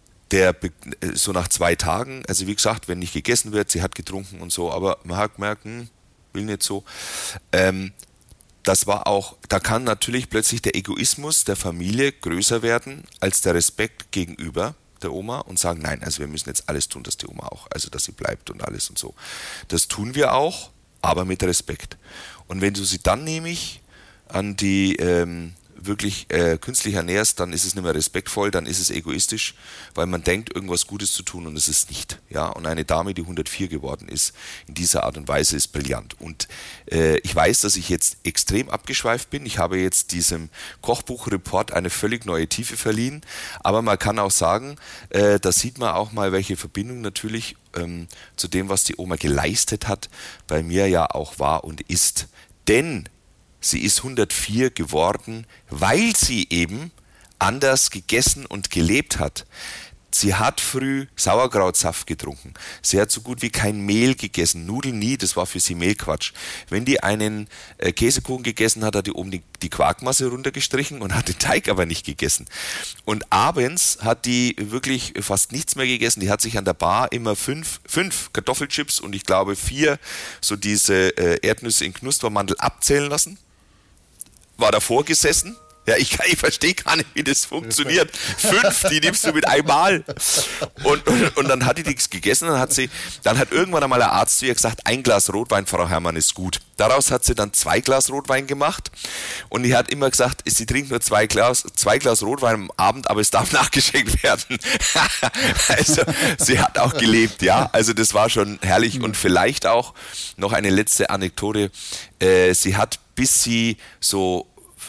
so nach 2 Tagen, also wie gesagt, wenn nicht gegessen wird, sie hat getrunken und so, aber man hat gemerkt, will nicht so. Das war auch, da kann natürlich plötzlich der Egoismus der Familie größer werden als der Respekt gegenüber der Oma und sagen, nein, also wir müssen jetzt alles tun, dass die Oma auch, also dass sie bleibt und alles und so. Das tun wir auch, aber mit Respekt. Und wenn du sie dann nämlich an die wirklich künstlich ernährst, dann ist es nicht mehr respektvoll, dann ist es egoistisch, weil man denkt, irgendwas Gutes zu tun und es ist nicht. Ja? Und eine Dame, die 104 geworden ist, in dieser Art und Weise ist brillant. Und ich weiß, dass ich jetzt extrem abgeschweift bin. Ich habe jetzt diesem Kochbuchreport eine völlig neue Tiefe verliehen. Aber man kann auch sagen, da sieht man auch mal, welche Verbindung natürlich zu dem, was die Oma geleistet hat, bei mir ja auch war und ist. Denn sie ist 104 geworden, weil sie eben anders gegessen und gelebt hat. Sie hat früh Sauerkrautsaft getrunken. Sie hat so gut wie kein Mehl gegessen. Nudeln nie, das war für sie Mehlquatsch. Wenn die einen Käsekuchen gegessen hat, hat die oben die Quarkmasse runtergestrichen und hat den Teig aber nicht gegessen. Und abends hat die wirklich fast nichts mehr gegessen. Die hat sich an der Bar immer 5 Kartoffelchips und ich glaube 4 so diese Erdnüsse in Knuspermandel abzählen lassen. War davor gesessen. Ja, ich verstehe gar nicht, wie das funktioniert. 5, die nimmst du mit einmal. Und dann hat die nichts gegessen, dann hat irgendwann einmal der Arzt zu ihr gesagt, 1 Glas Rotwein, Frau Herrmann, ist gut. Daraus hat sie dann 2 Glas Rotwein gemacht und die hat immer gesagt, sie trinkt nur 2 Glas Rotwein am Abend, aber es darf nachgeschenkt werden. Also, sie hat auch gelebt, ja. Also, das war schon herrlich und vielleicht auch noch eine letzte Anekdote. Sie hat, bis sie so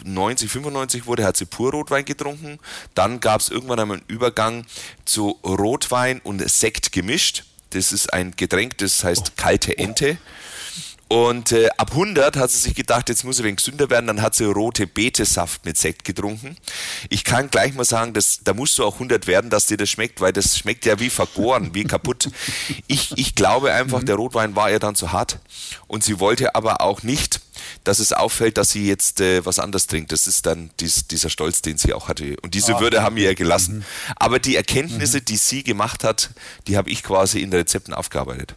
95 wurde, hat sie Pur-Rotwein getrunken. Dann gab es irgendwann einmal einen Übergang zu Rotwein und Sekt gemischt. Das ist ein Getränk, das heißt kalte Ente. Und ab 100 hat sie sich gedacht, jetzt muss sie ein wenig gesünder werden. Dann hat sie rote Betesaft mit Sekt getrunken. Ich kann gleich mal sagen, da musst du auch 100 werden, dass dir das schmeckt, weil das schmeckt ja wie vergoren, wie kaputt. Ich glaube einfach, der Rotwein war ihr dann zu hart. Und sie wollte aber auch nicht, dass es auffällt, dass sie jetzt was anderes trinkt. Das ist dann dieser Stolz, den sie auch hatte. Und diese Würde haben wir ihr gelassen. Aber die Erkenntnisse, die sie gemacht hat, die habe ich quasi in Rezepten aufgearbeitet.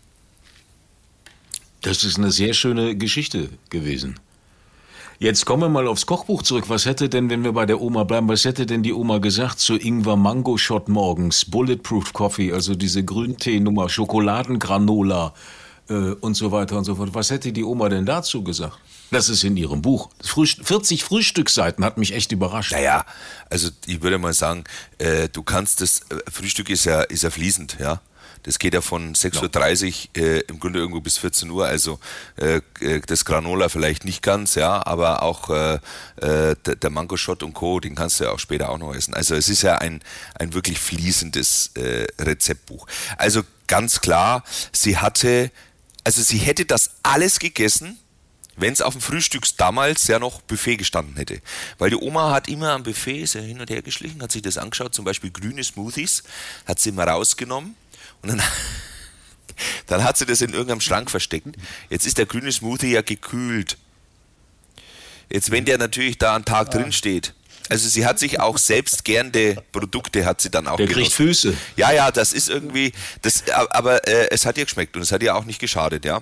Das ist eine sehr schöne Geschichte gewesen. Jetzt kommen wir mal aufs Kochbuch zurück. Was hätte denn, wenn wir bei der Oma bleiben, was hätte denn die Oma gesagt zu Ingwer-Mango-Shot morgens, Bulletproof Coffee, also diese Grüntee-Nummer, Schokoladengranola und so weiter und so fort. Was hätte die Oma denn dazu gesagt? Das ist in ihrem Buch. 40 Frühstücksseiten, hat mich echt überrascht. Naja, also ich würde mal sagen, du kannst Frühstück ist ja fließend, ja. Das geht ja von 6.30 Uhr im Grunde irgendwo bis 14 Uhr, also das Granola vielleicht nicht ganz, ja, aber auch der Mango-Shot und Co., den kannst du ja auch später auch noch essen. Also es ist ja ein wirklich fließendes Rezeptbuch. Also ganz klar, sie hätte das alles gegessen, wenn es auf dem damals ja noch Buffet gestanden hätte. Weil die Oma hat immer am Buffet, ist ja hin und her geschlichen, hat sich das angeschaut, zum Beispiel grüne Smoothies, hat sie immer rausgenommen und dann hat sie das in irgendeinem Schrank versteckt. Jetzt ist der grüne Smoothie ja gekühlt. Jetzt, wenn der natürlich da einen Tag drin steht, also sie hat sich auch selbst gernde Produkte hat sie dann auch genossen. Der kriegt Füße. Ja, das ist irgendwie, aber es hat ihr geschmeckt und es hat ihr auch nicht geschadet, ja.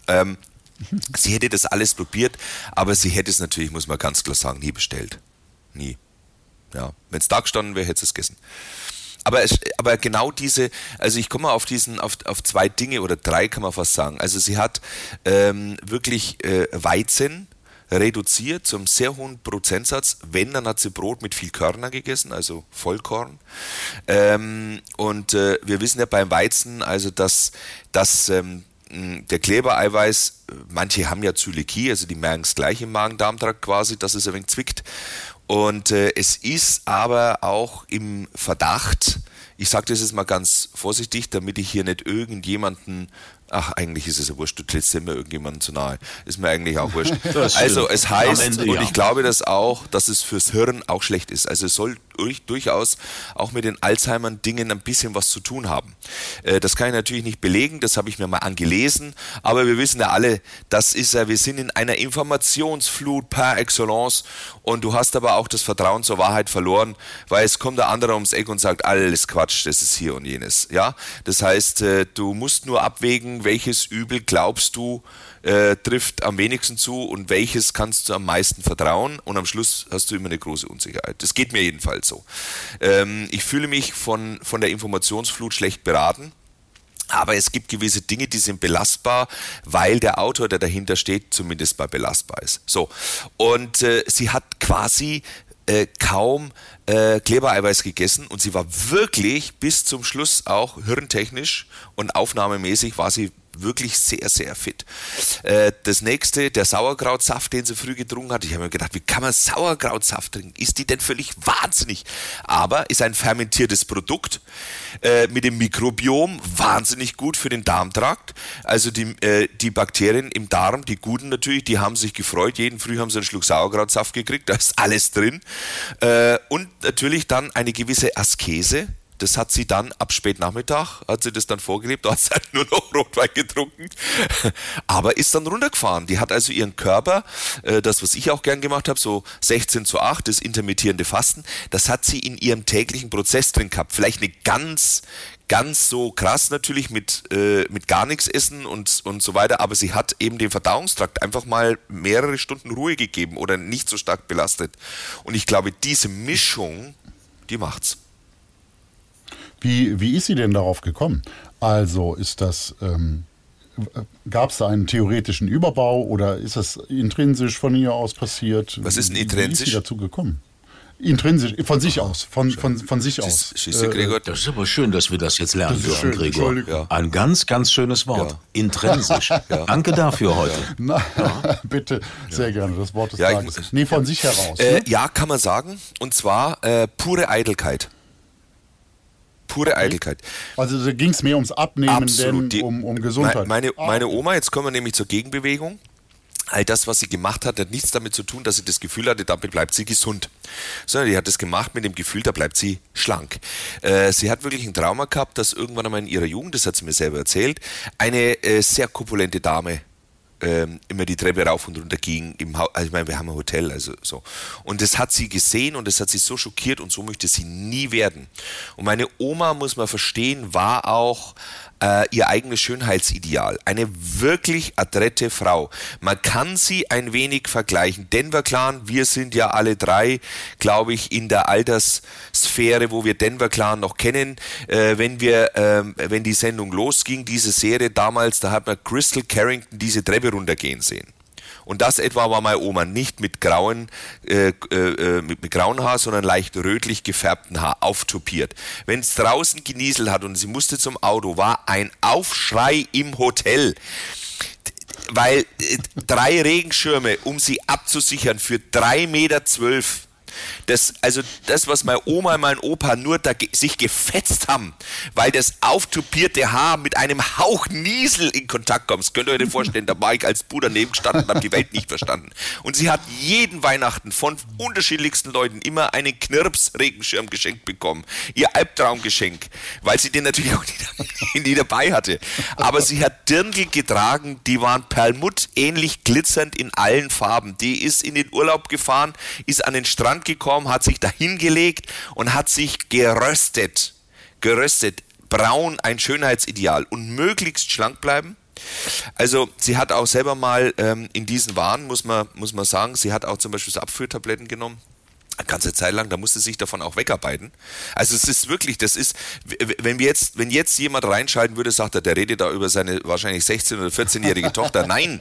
Sie hätte das alles probiert, aber sie hätte es natürlich, muss man ganz klar sagen, nie bestellt. Nie. Ja. Wenn es da gestanden wäre, hätte sie es gegessen. aber genau diese, also ich komme auf auf 2 Dinge oder 3 kann man fast sagen. Also sie hat wirklich Weizen reduziert zum sehr hohen Prozentsatz. Wenn, dann hat sie Brot mit viel Körner gegessen, also Vollkorn. Und wir wissen ja beim Weizen, also dass der Klebereiweiß, manche haben ja Zöliakie, also die merken es gleich im Magen-Darm-Trakt quasi, dass es ein wenig zwickt. Und es ist aber auch im Verdacht, ich sage das jetzt mal ganz vorsichtig, damit ich hier nicht irgendjemanden, eigentlich ist es ja wurscht, du trittst immer irgendjemandem zu nahe, ist mir eigentlich auch wurscht. Also es heißt, Ende, und ich glaube das auch, dass es fürs Hirn auch schlecht ist. Also es soll durchaus auch mit den Alzheimer-Dingen ein bisschen was zu tun haben. Das kann ich natürlich nicht belegen, das habe ich mir mal angelesen, aber wir wissen ja alle, wir sind in einer Informationsflut par excellence und du hast aber auch das Vertrauen zur Wahrheit verloren, weil es kommt der andere ums Eck und sagt, alles Quatsch, das ist hier und jenes. Ja? Das heißt, du musst nur abwägen, welches Übel glaubst du trifft am wenigsten zu und welches kannst du am meisten vertrauen, und am Schluss hast du immer eine große Unsicherheit. Das geht mir jedenfalls so. Ich fühle mich von der Informationsflut schlecht beraten, aber es gibt gewisse Dinge, die sind belastbar, weil der Autor, der dahinter steht, zumindest mal belastbar ist. So. Und sie hat quasi kaum Klebereiweiß gegessen und sie war wirklich bis zum Schluss auch hirntechnisch und aufnahmemäßig war sie wirklich sehr, sehr fit. Das nächste, der Sauerkrautsaft, den sie früh getrunken hat. Ich habe mir gedacht, wie kann man Sauerkrautsaft trinken? Ist die denn völlig wahnsinnig? Aber ist ein fermentiertes Produkt mit dem Mikrobiom wahnsinnig gut für den Darmtrakt. Also die Bakterien im Darm, die guten natürlich, die haben sich gefreut. Jeden Früh haben sie einen Schluck Sauerkrautsaft gekriegt. Da ist alles drin. Und natürlich dann eine gewisse Askese. Das hat sie dann ab Spätnachmittag, hat sie das dann vorgelebt, da hat sie halt nur noch Rotwein getrunken, aber ist dann runtergefahren. Die hat also ihren Körper, das was ich auch gern gemacht habe, so 16:8, das intermittierende Fasten, das hat sie in ihrem täglichen Prozess drin gehabt. Vielleicht nicht ganz so krass natürlich mit gar nichts essen und so weiter, aber sie hat eben dem Verdauungstrakt einfach mal mehrere Stunden Ruhe gegeben oder nicht so stark belastet. Und ich glaube, diese Mischung, die macht's. Wie ist sie denn darauf gekommen? Also ist das, gab es da einen theoretischen Überbau oder ist das intrinsisch von ihr aus passiert? Was ist denn intrinsisch? Wie ist sie dazu gekommen? Intrinsisch, von sich aus, von sich aus. Gregor, das ist aber schön, dass wir das jetzt lernen dürfen, Gregor. Ja. Ein ganz, ganz schönes Wort. Ja. Intrinsisch. Ja. Danke dafür heute. Na, bitte, sehr gerne, das Wort des Tages. Von sich heraus. Ja, kann man sagen. Und zwar pure Eitelkeit. Pure Eitelkeit. Also da ging es mehr ums Abnehmen, absolut, denn um Gesundheit. Meine Oma, jetzt kommen wir nämlich zur Gegenbewegung. All das, was sie gemacht hat nichts damit zu tun, dass sie das Gefühl hatte, damit bleibt sie gesund. Sondern die hat das gemacht mit dem Gefühl, da bleibt sie schlank. Sie hat wirklich ein Trauma gehabt, dass irgendwann einmal in ihrer Jugend, das hat sie mir selber erzählt, eine sehr korpulente Dame immer die Treppe rauf und runter ging. Also ich meine, wir haben ein Hotel, also so. Und das hat sie gesehen und das hat sie so schockiert und so möchte sie nie werden. Und meine Oma, muss man verstehen, war auch ihr eigenes Schönheitsideal. Eine wirklich adrette Frau. Man kann sie ein wenig vergleichen. Denver Clan, wir sind ja alle drei, glaube ich, in der Alterssphäre, wo wir Denver Clan noch kennen. Wenn die Sendung losging, diese Serie damals, da hat man Crystal Carrington diese Treppe runtergehen sehen. Und das etwa war meine Oma, nicht mit grauen Haar, sondern leicht rötlich gefärbten Haar, auftopiert. Wenn es draußen genieselt hat und sie musste zum Auto, war ein Aufschrei im Hotel. Weil 3 Regenschirme, um sie abzusichern, für 3,12 Meter. Das, was meine Oma und mein Opa nur sich gefetzt haben, weil das auftupierte Haar mit einem Hauch Niesel in Kontakt kommt. Das könnt ihr euch nicht vorstellen, da war ich als Bruder daneben gestanden und habe die Welt nicht verstanden. Und sie hat jeden Weihnachten von unterschiedlichsten Leuten immer einen Knirps-Regenschirm geschenkt bekommen. Ihr Albtraumgeschenk, weil sie den natürlich auch nie dabei hatte. Aber sie hat Dirndl getragen, die waren perlmuttähnlich glitzernd in allen Farben. Die ist in den Urlaub gefahren, ist an den Strand gekommen, hat sich da hingelegt und hat sich geröstet, braun, ein Schönheitsideal und möglichst schlank bleiben. Also sie hat auch selber mal in diesen Wahn, muss man sagen, sie hat auch zum Beispiel so Abführtabletten genommen. eine ganze Zeit lang, da musste sich davon auch wegarbeiten. Also es ist wirklich, das ist, wenn jetzt jemand reinschalten würde, sagt er, der redet da über seine wahrscheinlich 16- oder 14-jährige Tochter. Nein,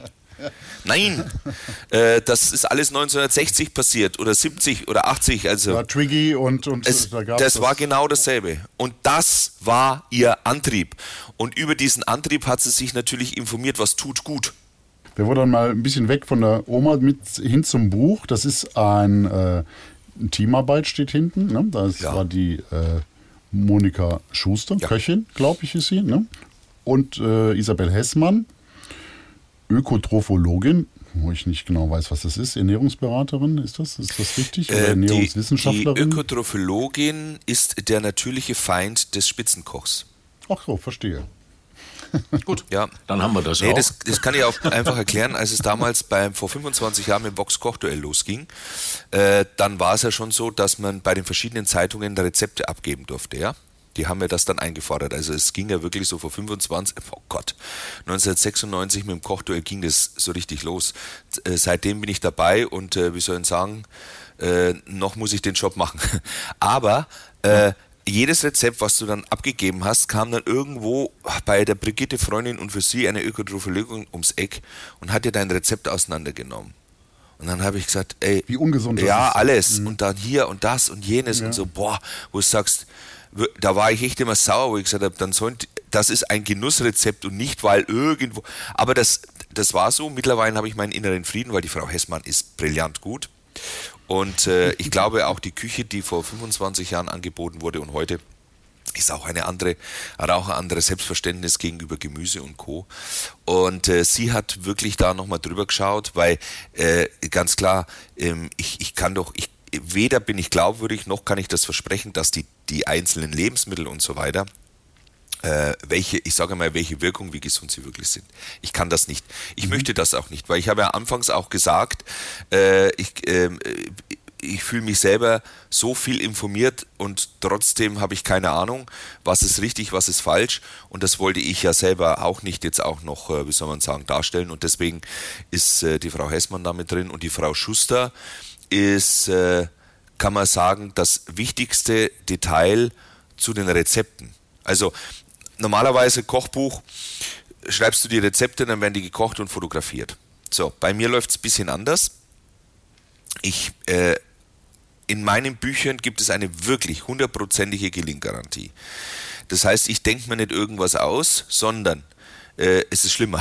das ist alles 1960 passiert oder 70 oder 80. Also ja, Twiggy und da gab's das war genau dasselbe. Und das war ihr Antrieb. Und über diesen Antrieb hat sie sich natürlich informiert, was tut gut. Wir wollen dann mal ein bisschen weg von der Oma hin zum Buch. Das ist ein Teamarbeit, steht hinten. Ne? Das war die Monika Schuster, Köchin, glaube ich, ist sie. Ne? Und Isabel Hessmann, Ökotrophologin, wo ich nicht genau weiß, was das ist. Ernährungsberaterin, ist das richtig? Oder Ernährungswissenschaftlerin? Die Ökotrophologin ist der natürliche Feind des Spitzenkochs. Ach so, verstehe. Gut, ja. Dann haben wir das auch. Das kann ich auch einfach erklären, als es damals vor 25 Jahren mit dem Vox-Kochduell losging, dann war es ja schon so, dass man bei den verschiedenen Zeitungen Rezepte abgeben durfte, ja. Die haben mir das dann eingefordert. Also es ging ja wirklich so vor 1996 mit dem Kochduell ging das so richtig los. Seitdem bin ich dabei und wie soll ich sagen, noch muss ich den Job machen. Aber jedes Rezept, was du dann abgegeben hast, kam dann irgendwo bei der Brigitte, Freundin und für sie eine Ökotrophologin ums Eck und hat dir dein Rezept auseinandergenommen. Und dann habe ich gesagt, ey, wie ungesund das ja, ist. alles. Und dann hier und das und jenes und so, boah, wo du sagst, da war ich echt immer sauer, wo ich gesagt habe, das ist ein Genussrezept und nicht, weil irgendwo, aber das war so. Mittlerweile habe ich meinen inneren Frieden, weil die Frau Hessmann ist brillant gut. Und ich glaube auch die Küche, die vor 25 Jahren angeboten wurde und heute, ist auch hat auch ein anderes Selbstverständnis gegenüber Gemüse und Co. Und sie hat wirklich da nochmal drüber geschaut, weil ganz klar, weder bin ich glaubwürdig, noch kann ich das versprechen, dass die einzelnen Lebensmittel und so weiter, welche Wirkung, wie gesund sie wirklich sind. Ich kann das nicht. Ich möchte das auch nicht, weil ich habe ja anfangs auch gesagt, ich fühle mich selber so viel informiert und trotzdem habe ich keine Ahnung, was ist richtig, was ist falsch, und das wollte ich ja selber auch nicht jetzt auch noch, darstellen, und deswegen ist die Frau Hessmann da mit drin und die Frau Schuster ist, kann man sagen, das wichtigste Detail zu den Rezepten. Also normalerweise Kochbuch, schreibst du die Rezepte, dann werden die gekocht und fotografiert. So, bei mir läuft es ein bisschen anders. In meinen Büchern gibt es eine wirklich 100%ige Gelinggarantie. Das heißt, ich denke mir nicht irgendwas aus, sondern es ist schlimmer.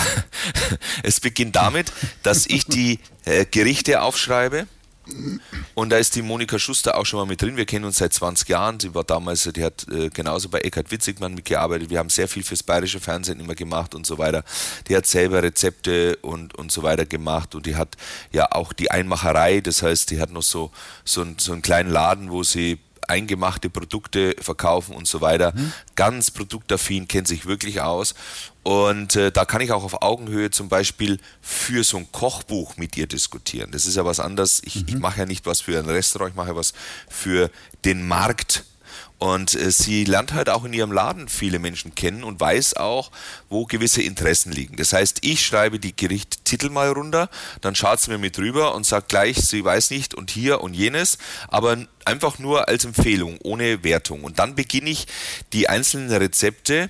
Es beginnt damit, dass ich die Gerichte aufschreibe. Und da ist die Monika Schuster auch schon mal mit drin. Wir kennen uns seit 20 Jahren. Sie war damals, die hat genauso bei Eckhard Witzigmann mitgearbeitet. Wir haben sehr viel fürs bayerische Fernsehen immer gemacht und so weiter. Die hat selber Rezepte und so weiter gemacht. Und die hat ja auch die Einmacherei. Das heißt, die hat noch so einen kleinen Laden, wo sie eingemachte Produkte verkaufen und so weiter. Ganz produktaffin, kennt sich wirklich aus. Und da kann ich auch auf Augenhöhe zum Beispiel für so ein Kochbuch mit ihr diskutieren. Das ist ja was anderes. Ich mache ja nicht was für ein Restaurant, ich mache ja was für den Markt. Und sie lernt halt auch in ihrem Laden viele Menschen kennen und weiß auch, wo gewisse Interessen liegen. Das heißt, ich schreibe die Gerichtstitel mal runter, dann schaut sie mir mit rüber und sagt gleich, sie weiß nicht und hier und jenes, aber einfach nur als Empfehlung, ohne Wertung. Und dann beginne ich, die einzelnen Rezepte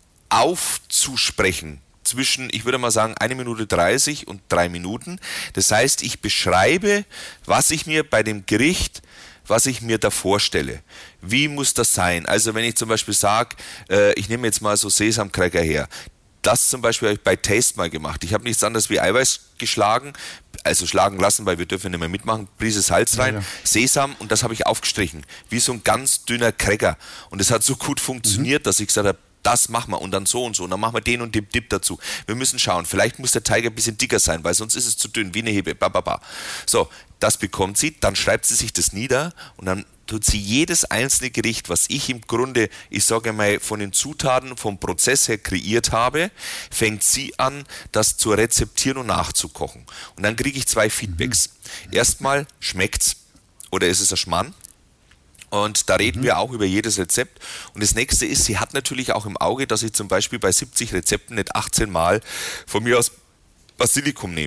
aufzusprechen zwischen, ich würde mal sagen, 1 Minute 30 und 3 Minuten. Das heißt, ich beschreibe, was ich mir bei dem Gericht, was ich mir da vorstelle. Wie muss das sein? Also wenn ich zum Beispiel sage, ich nehme jetzt mal so Sesamcracker her. Das zum Beispiel habe ich bei Taste mal gemacht. Ich habe nichts anderes wie Eiweiß geschlagen, also schlagen lassen, weil wir dürfen nicht mehr mitmachen, Prise Salz rein, Sesam, und das habe ich aufgestrichen, wie so ein ganz dünner Cracker. Und es hat so gut funktioniert, dass ich gesagt habe, das machen wir und dann so und so und dann machen wir den und den Dip dazu. Wir müssen schauen, vielleicht muss der Teig ein bisschen dicker sein, weil sonst ist es zu dünn, wie eine Hebe. So, das bekommt sie, dann schreibt sie sich das nieder und dann tut sie jedes einzelne Gericht, was ich im Grunde, ich sage mal, von den Zutaten, vom Prozess her kreiert habe, fängt sie an, das zu rezeptieren und nachzukochen. Und dann kriege ich 2 Feedbacks. Erstmal, schmeckt's oder ist es ein Schmarrn? Und da reden wir auch über jedes Rezept. Und das nächste ist, sie hat natürlich auch im Auge, dass ich zum Beispiel bei 70 Rezepten nicht 18 Mal von mir aus Basilikum nehme.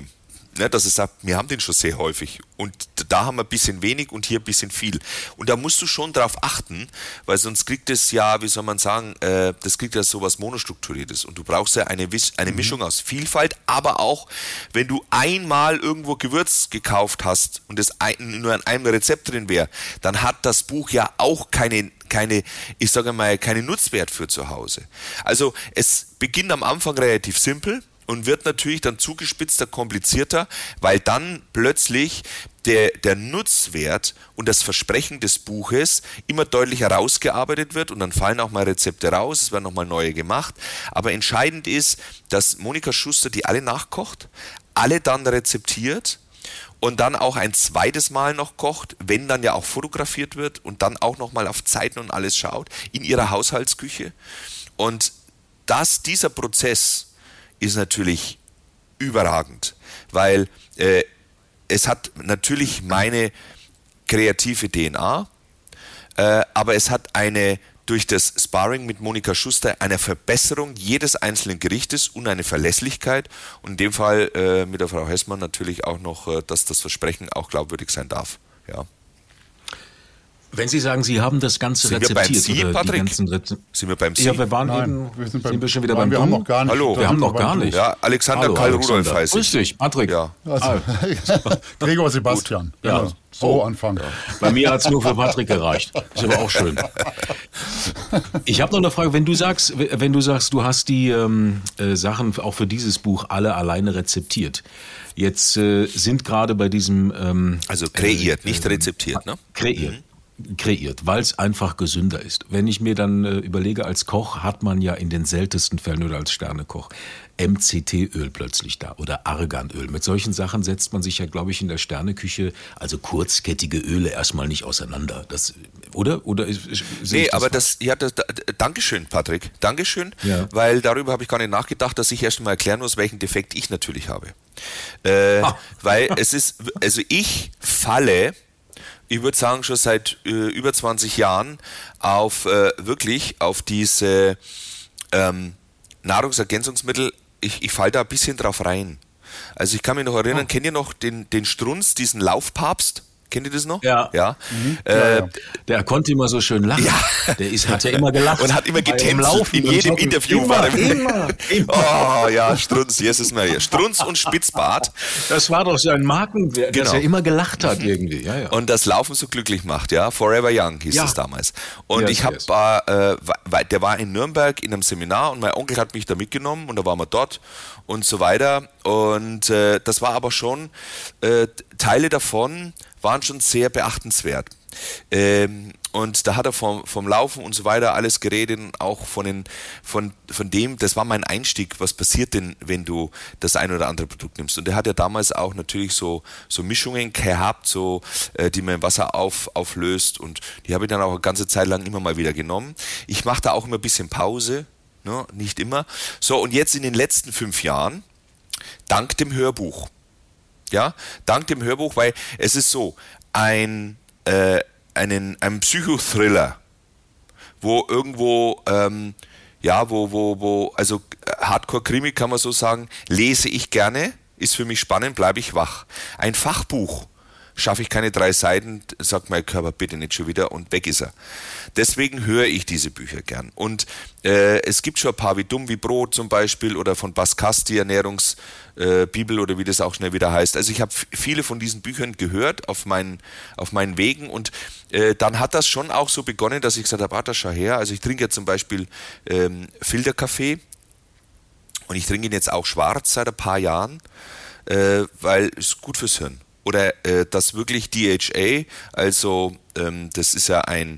ne, dass es sagt, wir haben den schon sehr häufig und da haben wir ein bisschen wenig und hier ein bisschen viel. Und da musst du schon drauf achten, weil sonst kriegt es ja, wie soll man sagen, das kriegt ja sowas Monostrukturiertes und du brauchst ja eine Mischung aus Vielfalt, aber auch, wenn du einmal irgendwo Gewürz gekauft hast und es nur an einem Rezept drin wäre, dann hat das Buch ja auch keine, ich sage mal, keinen Nutzwert für zu Hause. Also es beginnt am Anfang relativ simpel und wird natürlich dann zugespitzter, komplizierter, weil dann plötzlich der Nutzwert und das Versprechen des Buches immer deutlicher rausgearbeitet wird und dann fallen auch mal Rezepte raus, es werden nochmal neue gemacht. Aber entscheidend ist, dass Monika Schuster die alle nachkocht, alle dann rezeptiert und dann auch ein zweites Mal noch kocht, wenn dann ja auch fotografiert wird und dann auch nochmal auf Zeiten und alles schaut, in ihrer Haushaltsküche. Und dieser Prozess ist natürlich überragend, weil es hat natürlich meine kreative DNA, aber es hat durch das Sparring mit Monika Schuster eine Verbesserung jedes einzelnen Gerichtes und eine Verlässlichkeit und in dem Fall mit der Frau Hessmann natürlich auch noch, dass das Versprechen auch glaubwürdig sein darf. Ja. Wenn Sie sagen, Sie haben das Ganze sind rezeptiert, wir beim Sie, Patrick? Sind wir beim Sie? Ja, wir waren Nein, eben, sind wir schon wieder beim Wir Du? haben noch gar nicht. Hallo. Wir haben noch gar nicht. Ja, Alexander Karl Rudolf heißt Grüß ich. dich, Patrick. Ja. Also, Gregor Sebastian. Ja. Ja. So anfangen. Bei mir hat es nur für Patrick gereicht. Ist aber auch schön. Ich habe noch eine Frage. Wenn du sagst, du hast die Sachen auch für dieses Buch alle alleine rezeptiert. Jetzt sind gerade bei diesem... Also kreiert, nicht rezeptiert, ne? Kreiert, weil es einfach gesünder ist. Wenn ich mir dann überlege, als Koch hat man ja in den seltensten Fällen oder als Sternekoch MCT-Öl plötzlich da oder Arganöl. Mit solchen Sachen setzt man sich ja, glaube ich, in der Sterneküche, also kurzkettige Öle, erstmal nicht auseinander. Das, oder? Nee, aber Dankeschön, Patrick. Dankeschön, ja. Weil darüber habe ich gar nicht nachgedacht, dass ich erst mal erklären muss, welchen Defekt ich natürlich habe. Weil es ist, also ich falle, ich würde sagen, schon seit über 20 Jahren wirklich auf diese Nahrungsergänzungsmittel, ich falle da ein bisschen drauf rein. Also ich kann mich noch erinnern, kennt ihr noch den Strunz, diesen Laufpapst? Kennt ihr das noch? Ja. Ja. Der konnte immer so schön lachen. Ja. Der hat ja immer gelacht. Und hat immer getänzt. In jedem Interview war er immer. Oh ja, Strunz, Jesus Maria. Strunz und Spitzbart. Das war doch sein Markenwert, dass er immer gelacht hat irgendwie. Ja, ja. Und das Laufen so glücklich macht, ja. Forever Young hieß es damals. Und ich habe, der war in Nürnberg in einem Seminar und mein Onkel hat mich da mitgenommen und da waren wir dort und so weiter. Und das war aber schon, Teile davon waren schon sehr beachtenswert. Und da hat er vom Laufen und so weiter alles geredet, auch von dem, das war mein Einstieg, was passiert denn, wenn du das ein oder andere Produkt nimmst. Und er hat ja damals auch natürlich so Mischungen gehabt, die man im Wasser auflöst und die habe ich dann auch eine ganze Zeit lang immer mal wieder genommen. Ich mache da auch immer ein bisschen Pause, ne? Nicht immer. So, und jetzt in den letzten 5 Jahren, dank dem Hörbuch, weil es ist so, ein Psychothriller, wo irgendwo, also Hardcore-Krimi kann man so sagen, lese ich gerne, ist für mich spannend, bleibe ich wach. Ein Fachbuch schaffe ich keine 3 Seiten, sagt mein Körper bitte nicht schon wieder und weg ist er. Deswegen höre ich diese Bücher gern. Und es gibt schon ein paar wie Dumm wie Brot zum Beispiel oder von Baskas, die Ernährungsbibel oder wie das auch schnell wieder heißt. Also ich habe viele von diesen Büchern gehört auf meinen Wegen und dann hat das schon auch so begonnen, dass ich gesagt habe, schau her, also ich trinke ja zum Beispiel Filterkaffee und ich trinke ihn jetzt auch schwarz seit ein paar Jahren, weil es gut fürs Hirn. Oder dass wirklich DHA, also das ist ja ein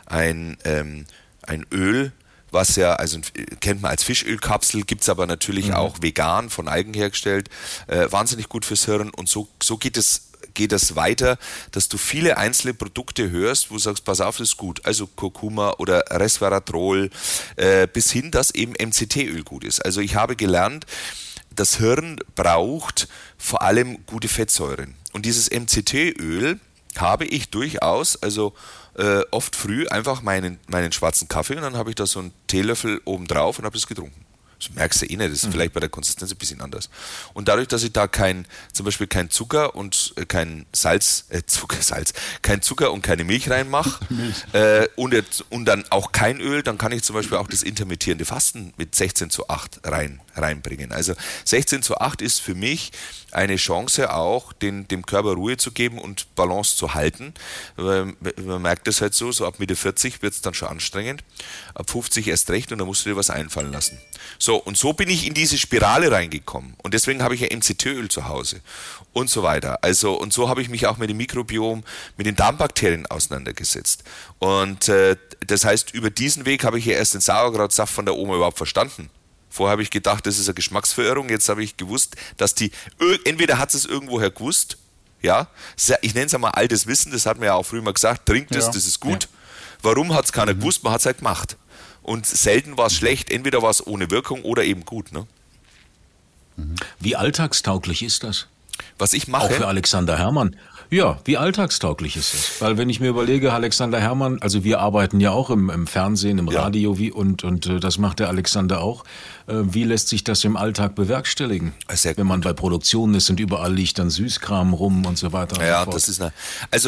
Öl, was ja, also kennt man als Fischölkapsel, gibt es aber natürlich auch vegan von Algen hergestellt, wahnsinnig gut fürs Hirn und so geht es weiter, dass du viele einzelne Produkte hörst, wo du sagst, pass auf, das ist gut, also Kurkuma oder Resveratrol, bis hin, dass eben MCT-Öl gut ist. Also ich habe gelernt, das Hirn braucht vor allem gute Fettsäuren. Und dieses MCT-Öl habe ich durchaus, also oft früh einfach meinen schwarzen Kaffee und dann habe ich da so einen Teelöffel oben drauf und habe das getrunken. Das merkst du eh nicht, das ist vielleicht bei der Konsistenz ein bisschen anders. Und dadurch, dass ich da zum Beispiel kein Zucker und kein kein Zucker und keine Milch reinmache und dann auch kein Öl, dann kann ich zum Beispiel auch das intermittierende Fasten mit 16:8 reinbringen. Also 16:8 ist für mich eine Chance auch, dem Körper Ruhe zu geben und Balance zu halten. Man merkt das halt so ab Mitte 40 wird es dann schon anstrengend, ab 50 erst recht und da musst du dir was einfallen lassen. So, und so bin ich in diese Spirale reingekommen und deswegen habe ich ja MCT-Öl zu Hause und so weiter. Also, und so habe ich mich auch mit dem Mikrobiom, mit den Darmbakterien auseinandergesetzt. Und das heißt, über diesen Weg habe ich ja erst den Sauerkrautsaft von der Oma überhaupt verstanden. Vorher habe ich gedacht, das ist eine Geschmacksverirrung. Jetzt habe ich gewusst, dass entweder hat es irgendwoher gewusst, ja, ich nenne es einmal altes Wissen, das hat man ja auch früher mal gesagt, trinkt es, das ist gut. Ja. Warum hat es keiner gewusst? Man hat es halt gemacht. Und selten war es schlecht, entweder war es ohne Wirkung oder eben gut. Ne? Wie alltagstauglich ist das? Was ich mache? Auch für Alexander Herrmann. Ja, wie alltagstauglich ist das? Weil wenn ich mir überlege, Alexander Herrmann, also wir arbeiten ja auch im Fernsehen, im Radio und das macht der Alexander auch. Wie lässt sich das im Alltag bewerkstelligen? Wenn man bei Produktionen ist und überall liegt dann Süßkram rum und so weiter. Ja, und so fort.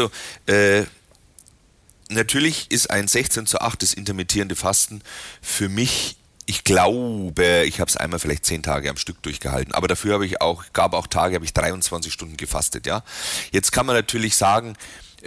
Natürlich ist ein 16:8 das intermittierende Fasten für mich, ich glaube, ich habe es einmal vielleicht 10 Tage am Stück durchgehalten, aber dafür gab auch Tage, habe ich 23 Stunden gefastet, ja. Jetzt kann man natürlich sagen,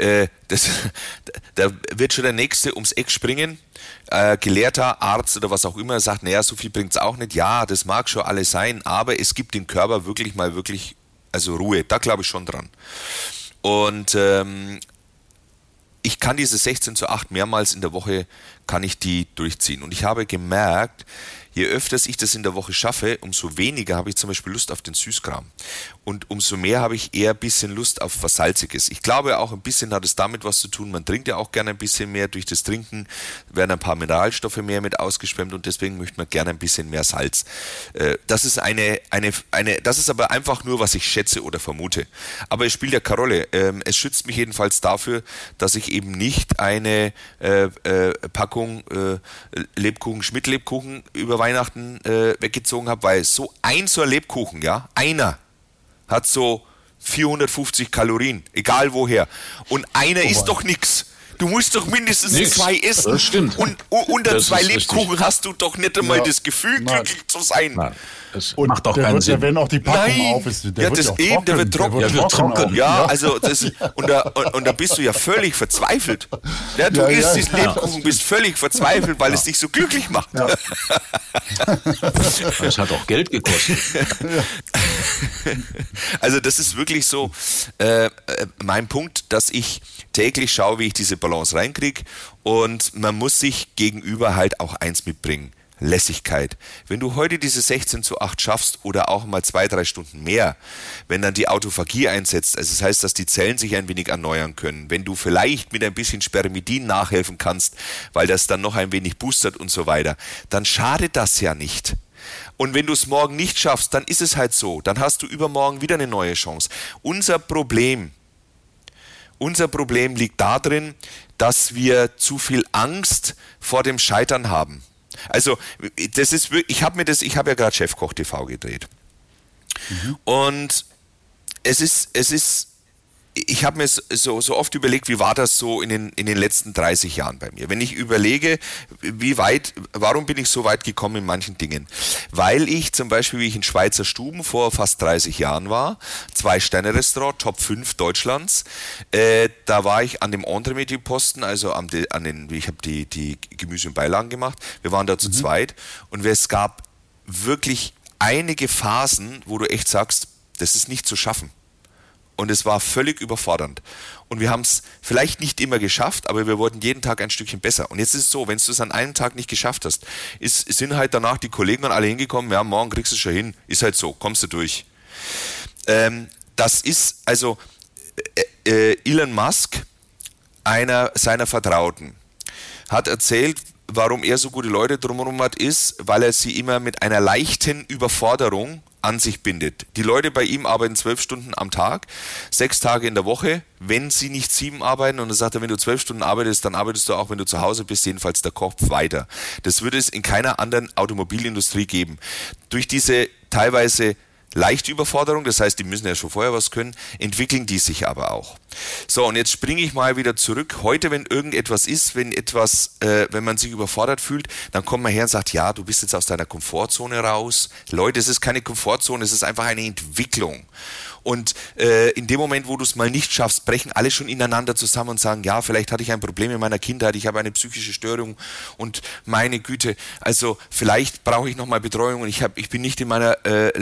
da wird schon der Nächste ums Eck springen, Gelehrter, Arzt oder was auch immer, sagt, naja, so viel bringt es auch nicht, ja, das mag schon alles sein, aber es gibt dem Körper wirklich Ruhe, da glaube ich schon dran. Und ich kann diese 16:8 mehrmals in der Woche, kann ich die durchziehen. Und ich habe gemerkt, je öfter ich das in der Woche schaffe, umso weniger habe ich zum Beispiel Lust auf den Süßkram. Und umso mehr habe ich eher ein bisschen Lust auf was Salziges. Ich glaube auch ein bisschen hat es damit was zu tun, man trinkt ja auch gerne ein bisschen mehr. Durch das Trinken werden ein paar Mineralstoffe mehr mit ausgeschwemmt und deswegen möchte man gerne ein bisschen mehr Salz. Das ist das ist aber einfach nur, was ich schätze oder vermute. Aber es spielt ja keine Rolle. Es schützt mich jedenfalls dafür, dass ich eben nicht eine Packung Lebkuchen, Schmidt-Lebkuchen über Weihnachten weggezogen habe, weil so ein Lebkuchen, ja, einer hat so 450 Kalorien, egal woher. Und einer ist doch nix. Du musst doch mindestens 2 essen. Das stimmt. Und unter 2 Lebkuchen hast du doch nicht einmal das Gefühl, glücklich zu sein. Nein. Das und macht doch keinen Sinn. Wenn auch die Packung auf ist, der wird trocken. Ja, also und da bist du ja völlig verzweifelt. Ja, du isst diesen Lebkuchen, bist völlig verzweifelt, weil es dich so glücklich macht. Ja. Das hat auch Geld gekostet. Also das ist wirklich so mein Punkt, dass ich täglich schaue, wie ich diese Balance reinkriege und man muss sich gegenüber halt auch eins mitbringen. Lässigkeit. Wenn du heute diese 16:8 schaffst oder auch mal 2-3 Stunden mehr, wenn dann die Autophagie einsetzt, also das heißt, dass die Zellen sich ein wenig erneuern können, wenn du vielleicht mit ein bisschen Spermidin nachhelfen kannst, weil das dann noch ein wenig boostert und so weiter, dann schadet das ja nicht. Und wenn du es morgen nicht schaffst, dann ist es halt so, dann hast du übermorgen wieder eine neue Chance. Unser Problem liegt darin, dass wir zu viel Angst vor dem Scheitern haben. Also, ich habe ja gerade Chefkoch TV gedreht. Und ich habe mir so oft überlegt, wie war das so in den letzten 30 Jahren bei mir? Wenn ich überlege, warum bin ich so weit gekommen in manchen Dingen? Weil ich zum Beispiel, wie ich in Schweizer Stuben vor fast 30 Jahren war, 2-Sterne-Restaurant, Top 5 Deutschlands, da war ich an dem Entremetier-Posten, also ich habe die Gemüse und Beilagen gemacht, wir waren da zu zweit und es gab wirklich einige Phasen, wo du echt sagst, das ist nicht zu schaffen. Und es war völlig überfordernd. Und wir haben es vielleicht nicht immer geschafft, aber wir wurden jeden Tag ein Stückchen besser. Und jetzt ist es so, wenn du es an einem Tag nicht geschafft hast, sind halt danach die Kollegen dann alle hingekommen, ja, morgen kriegst du es schon hin, ist halt so, kommst du durch. Das ist also Elon Musk, einer seiner Vertrauten, hat erzählt, warum er so gute Leute drumherum hat, ist, weil er sie immer mit einer leichten Überforderung an sich bindet. Die Leute bei ihm arbeiten 12 Stunden am Tag, 6 Tage in der Woche, wenn sie nicht 7 arbeiten. Und dann sagt er, wenn du 12 Stunden arbeitest, dann arbeitest du auch, wenn du zu Hause bist, jedenfalls der Kopf weiter. Das würde es in keiner anderen Automobilindustrie geben. Durch diese teilweise leichte Überforderung, das heißt, die müssen ja schon vorher was können, entwickeln die sich aber auch. So, und jetzt springe ich mal wieder zurück. Heute, wenn irgendetwas ist, wenn man sich überfordert fühlt, dann kommt man her und sagt, ja, du bist jetzt aus deiner Komfortzone raus. Leute, es ist keine Komfortzone, es ist einfach eine Entwicklung. Und in dem Moment, wo du es mal nicht schaffst, brechen alle schon ineinander zusammen und sagen, ja, vielleicht hatte ich ein Problem in meiner Kindheit, ich habe eine psychische Störung und meine Güte, also vielleicht brauche ich nochmal Betreuung und ich bin nicht in meiner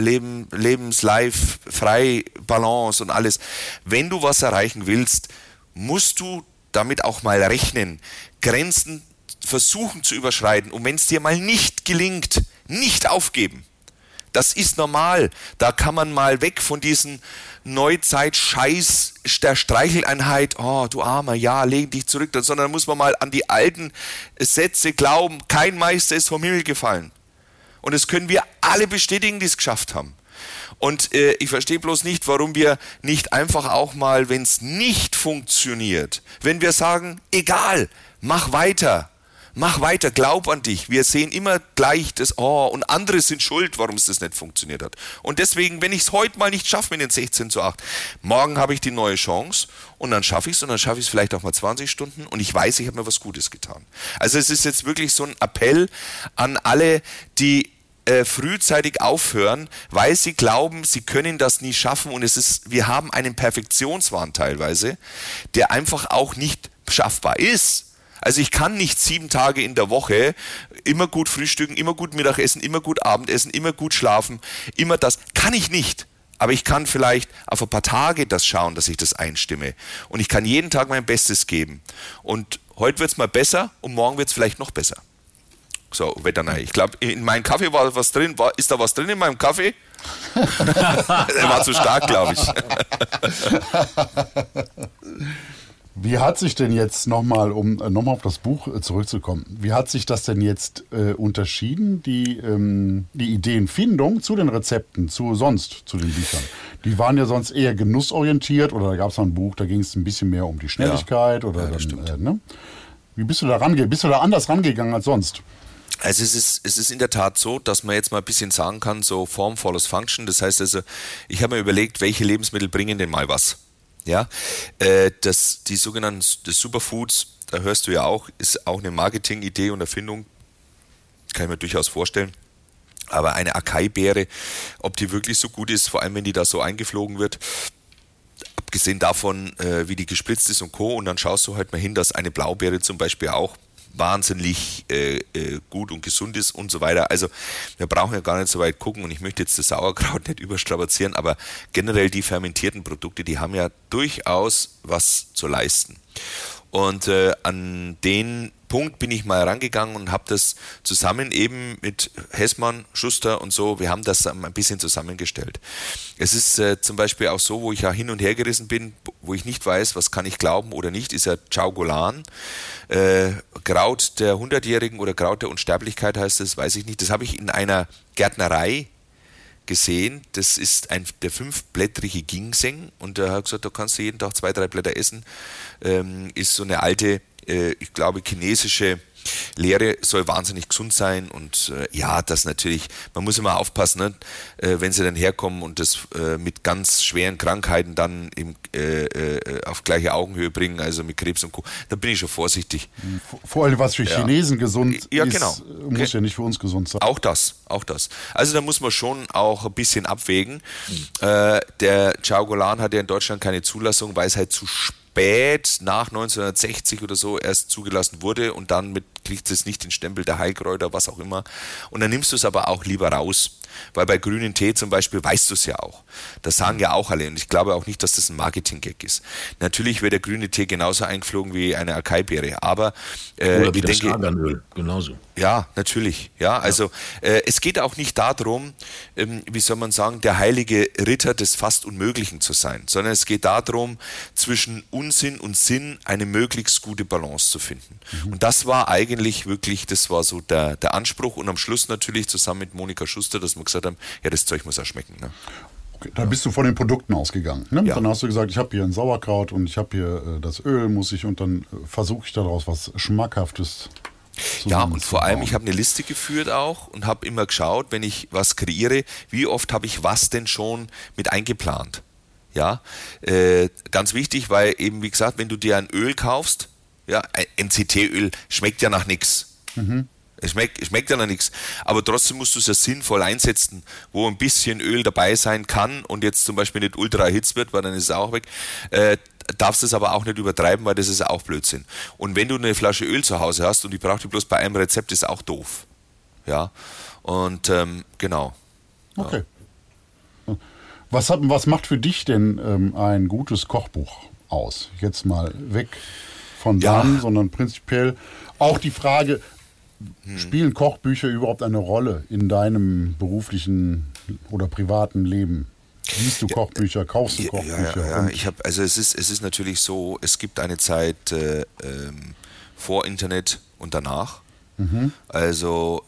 frei Balance und alles. Wenn du was erreichen willst, musst du damit auch mal rechnen, Grenzen versuchen zu überschreiten und wenn es dir mal nicht gelingt, nicht aufgeben. Das ist normal. Da kann man mal weg von diesen Neuzeit-Scheiß der Streicheleinheit, oh, du Armer, ja, leg dich zurück, sondern muss man mal an die alten Sätze glauben, kein Meister ist vom Himmel gefallen. Und das können wir alle bestätigen, die es geschafft haben. Und ich verstehe bloß nicht, warum wir nicht einfach auch mal, wenn es nicht funktioniert, wenn wir sagen, egal, mach weiter, glaub an dich. Wir sehen immer gleich das, und andere sind schuld, warum es das nicht funktioniert hat. Und deswegen, wenn ich es heute mal nicht schaffe mit den 16:8, morgen habe ich die neue Chance und dann schaffe ich es und dann schaffe ich es vielleicht auch mal 20 Stunden und ich weiß, ich habe mir was Gutes getan. Also es ist jetzt wirklich so ein Appell an alle, die frühzeitig aufhören, weil sie glauben, sie können das nie schaffen und wir haben einen Perfektionswahn teilweise, der einfach auch nicht schaffbar ist. Also ich kann nicht 7 Tage in der Woche immer gut frühstücken, immer gut Mittagessen, immer gut Abendessen, immer gut schlafen, immer das. Kann ich nicht. Aber ich kann vielleicht auf ein paar Tage das schauen, dass ich das einstimme. Und ich kann jeden Tag mein Bestes geben. Und heute wird es mal besser und morgen wird es vielleicht noch besser. So, Wetternei. Ich glaube, in meinem Kaffee war was drin. Ist da was drin in meinem Kaffee? Der war zu stark, glaube ich. Wie hat sich denn jetzt nochmal, um nochmal auf das Buch zurückzukommen, wie hat sich das denn jetzt unterschieden, die Ideenfindung zu den Rezepten, zu den Büchern? Die waren ja sonst eher genussorientiert oder da gab es mal ein Buch, da ging es ein bisschen mehr um die Schnelligkeit oder das stimmt. Ne? Wie bist du da anders rangegangen als sonst? Also es ist in der Tat so, dass man jetzt mal ein bisschen sagen kann, so Form follows Function. Das heißt also, ich habe mir überlegt, welche Lebensmittel bringen denn mal was. Ja, die sogenannten Superfoods, da hörst du ja auch, ist auch eine Marketingidee und Erfindung, kann ich mir durchaus vorstellen. Aber eine Acai-Beere, ob die wirklich so gut ist, vor allem wenn die da so eingeflogen wird, abgesehen davon, wie die gespritzt ist und Co. Und dann schaust du halt mal hin, dass eine Blaubeere zum Beispiel auch wahnsinnig gut und gesund ist und so weiter. Also wir brauchen ja gar nicht so weit gucken und ich möchte jetzt das Sauerkraut nicht überstrapazieren, aber generell die fermentierten Produkte, die haben ja durchaus was zu leisten. Und an den Punkt bin ich mal rangegangen und habe das zusammen eben mit Hessmann, Schuster und so, wir haben das ein bisschen zusammengestellt. Es ist zum Beispiel auch so, wo ich ja hin und her gerissen bin, wo ich nicht weiß, was kann ich glauben oder nicht, ist ja Chao-Golan. Kraut der 100-Jährigen oder Kraut der Unsterblichkeit heißt das, weiß ich nicht. Das habe ich in einer Gärtnerei gesehen. Das ist der 5-blättrige Ginseng und er hat gesagt, da kannst du jeden Tag 2-3 Blätter essen. Ist so eine alte, ich glaube, chinesische Lehre, soll wahnsinnig gesund sein und ja, das natürlich, man muss immer aufpassen, ne? Wenn sie dann herkommen und das mit ganz schweren Krankheiten dann auf gleiche Augenhöhe bringen, also mit Krebs und Co., da bin ich schon vorsichtig. Vor allem, was für Chinesen gesund ist, genau. Muss ja nicht für uns gesund sein. Auch das. Also da muss man schon auch ein bisschen abwägen. Der Chao-Golan hat ja in Deutschland keine Zulassung, weil es halt zu spät nach 1960 oder so erst zugelassen wurde und dann kriegt es nicht den Stempel der Heilkräuter, was auch immer. Und dann nimmst du es aber auch lieber raus. Weil bei grünen Tee zum Beispiel weißt du es ja auch. Das sagen ja auch alle und ich glaube auch nicht, dass das ein Marketing-Gag ist. Natürlich wird der grüne Tee genauso eingeflogen wie eine Acai-Beere, aber oder wie das Arganöl, genauso. Ja, natürlich. Ja, also es geht auch nicht darum, wie soll man sagen, der heilige Ritter des fast Unmöglichen zu sein, sondern es geht darum, zwischen Unsinn und Sinn eine möglichst gute Balance zu finden. Und das war eigentlich wirklich, das war so der Anspruch und am Schluss natürlich zusammen mit Monika Schuster, dass man gesagt haben, ja, das Zeug muss auch schmecken. Ne? Okay, dann bist du von den Produkten ausgegangen. Ne? Ja. Dann hast du gesagt, ich habe hier ein Sauerkraut und ich habe hier das Öl, und dann versuche ich daraus was Schmackhaftes Ja, und vor allem, ich habe eine Liste geführt auch und habe immer geschaut, wenn ich was kreiere, wie oft habe ich was denn schon mit eingeplant. Ja, ganz wichtig, weil eben, wie gesagt, wenn du dir ein Öl kaufst, ja, ein MCT-Öl schmeckt ja nach nichts. Es schmeckt ja noch nichts, aber trotzdem musst du es ja sinnvoll einsetzen, wo ein bisschen Öl dabei sein kann und jetzt zum Beispiel nicht ultra erhitzt wird, weil dann ist es auch weg, darfst es aber auch nicht übertreiben, weil das ist auch Blödsinn. Und wenn du eine Flasche Öl zu Hause hast und die braucht die bloß bei einem Rezept, ist auch doof. Ja, und genau. Okay. Was macht für dich denn ein gutes Kochbuch aus? Jetzt mal weg von dann, sondern prinzipiell auch die Frage, spielen Kochbücher überhaupt eine Rolle in deinem beruflichen oder privaten Leben? Liest du Kochbücher, kaufst du Kochbücher? Ja. Es ist natürlich so, es gibt eine Zeit vor Internet und danach. Also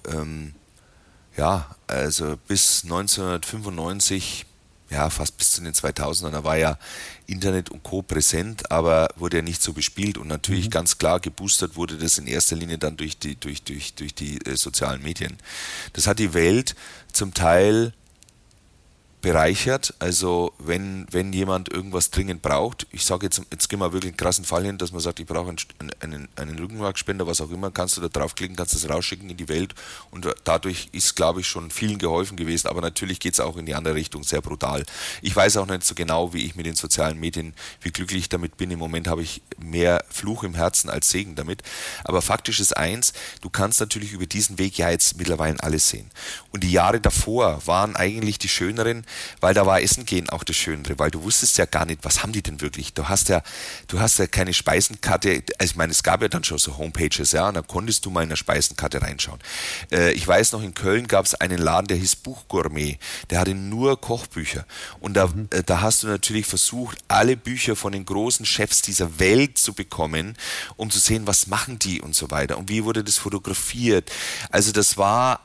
bis 1995, ja, fast bis zu den 2000ern, da war ja Internet und Co. präsent, aber wurde ja nicht so bespielt und natürlich ganz klar geboostert wurde das in erster Linie dann durch die sozialen Medien. Das hat die Welt zum Teil bereichert, also wenn jemand irgendwas dringend braucht, ich sage jetzt gehen wir wirklich einen krassen Fall hin, dass man sagt, ich brauche einen Rückenmarkspender, was auch immer, kannst du da draufklicken, kannst das rausschicken in die Welt und dadurch ist, glaube ich, schon vielen geholfen gewesen, aber natürlich geht es auch in die andere Richtung, sehr brutal. Ich weiß auch nicht so genau, wie ich mit den sozialen Medien, wie glücklich ich damit bin, im Moment habe ich mehr Fluch im Herzen als Segen damit, aber faktisch ist eins, du kannst natürlich über diesen Weg ja jetzt mittlerweile alles sehen und die Jahre davor waren eigentlich die schöneren, weil da war Essen gehen auch das Schönere, weil du wusstest ja gar nicht, was haben die denn wirklich. Du hast ja keine Speisenkarte, also ich meine, es gab ja dann schon so Homepages, ja, und dann konntest du mal in der Speisenkarte reinschauen. Ich weiß noch, in Köln gab es einen Laden, der hieß Buchgourmet, der hatte nur Kochbücher und da hast du natürlich versucht, alle Bücher von den großen Chefs dieser Welt zu bekommen, um zu sehen, was machen die und so weiter und wie wurde das fotografiert. Also das war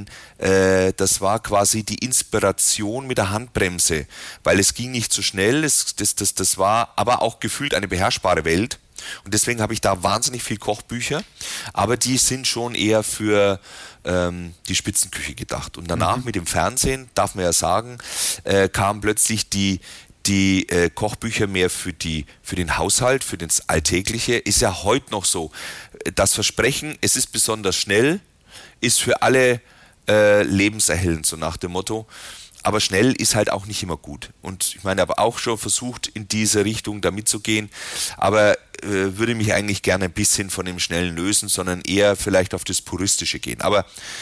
quasi die Inspiration mit der Handbremse, weil es ging nicht so schnell, das war aber auch gefühlt eine beherrschbare Welt und deswegen habe ich da wahnsinnig viel Kochbücher, aber die sind schon eher für die Spitzenküche gedacht und danach mit dem Fernsehen, darf man ja sagen, kamen plötzlich die Kochbücher mehr für den Haushalt, für das Alltägliche, ist ja heute noch so. Das Versprechen, es ist besonders schnell, ist für alle lebenserhellend, so nach dem Motto. Aber schnell ist halt auch nicht immer gut. Und ich meine, ich habe auch schon versucht, in diese Richtung da mitzugehen, aber würde mich eigentlich gerne ein bisschen von dem Schnellen lösen, sondern eher vielleicht auf das Puristische gehen. Aber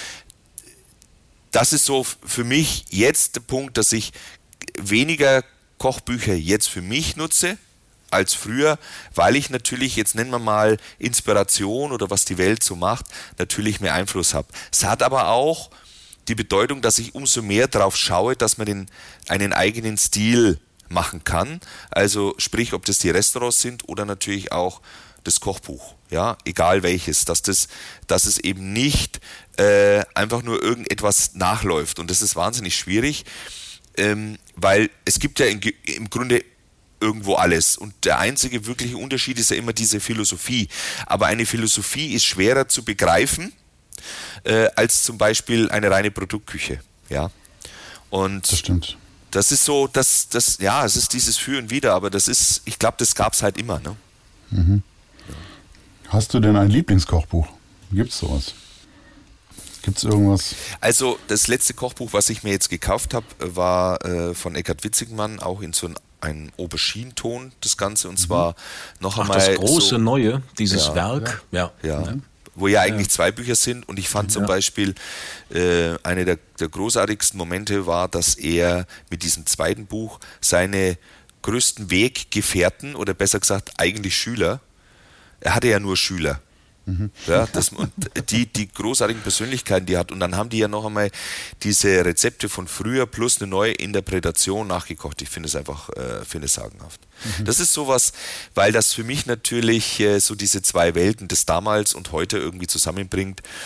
das ist so für mich jetzt der Punkt, dass ich weniger Kochbücher jetzt für mich nutze als früher, weil ich natürlich, jetzt nennen wir mal Inspiration oder was die Welt so macht, natürlich mehr Einfluss habe. Es hat aber auch die Bedeutung, dass ich umso mehr drauf schaue, dass man einen eigenen Stil machen kann. Also sprich, ob das die Restaurants sind oder natürlich auch das Kochbuch, ja, egal welches, dass es eben nicht einfach nur irgendetwas nachläuft. Und das ist wahnsinnig schwierig, weil es gibt ja im Grunde irgendwo alles. Und der einzige wirkliche Unterschied ist ja immer diese Philosophie. Aber eine Philosophie ist schwerer zu begreifen, als zum Beispiel eine reine Produktküche. Ja? Und das stimmt. Das ist so, es ist dieses Für und Wider, aber ich glaube, das gab es halt immer. Ne? Mhm. Hast du denn ein Lieblingskochbuch? Gibt es sowas? Gibt es irgendwas? Also das letzte Kochbuch, was ich mir jetzt gekauft habe, war von Eckhard Witzigmann, auch in so einem Aubergine-Ton, das Ganze, und zwar noch einmal das große so, Neue, dieses Werk. Ja. Wo ja eigentlich zwei Bücher sind, und ich fand zum Beispiel, eine der großartigsten Momente war, dass er mit diesem zweiten Buch seine größten Weggefährten, oder besser gesagt eigentlich Schüler, er hatte ja nur Schüler, ja, und die großartigen Persönlichkeiten, die er hat, und dann haben die ja noch einmal diese Rezepte von früher plus eine neue Interpretation nachgekocht. Ich finde es einfach sagenhaft. Das ist sowas, weil das für mich natürlich so diese zwei Welten des damals und heute irgendwie zusammenbringt.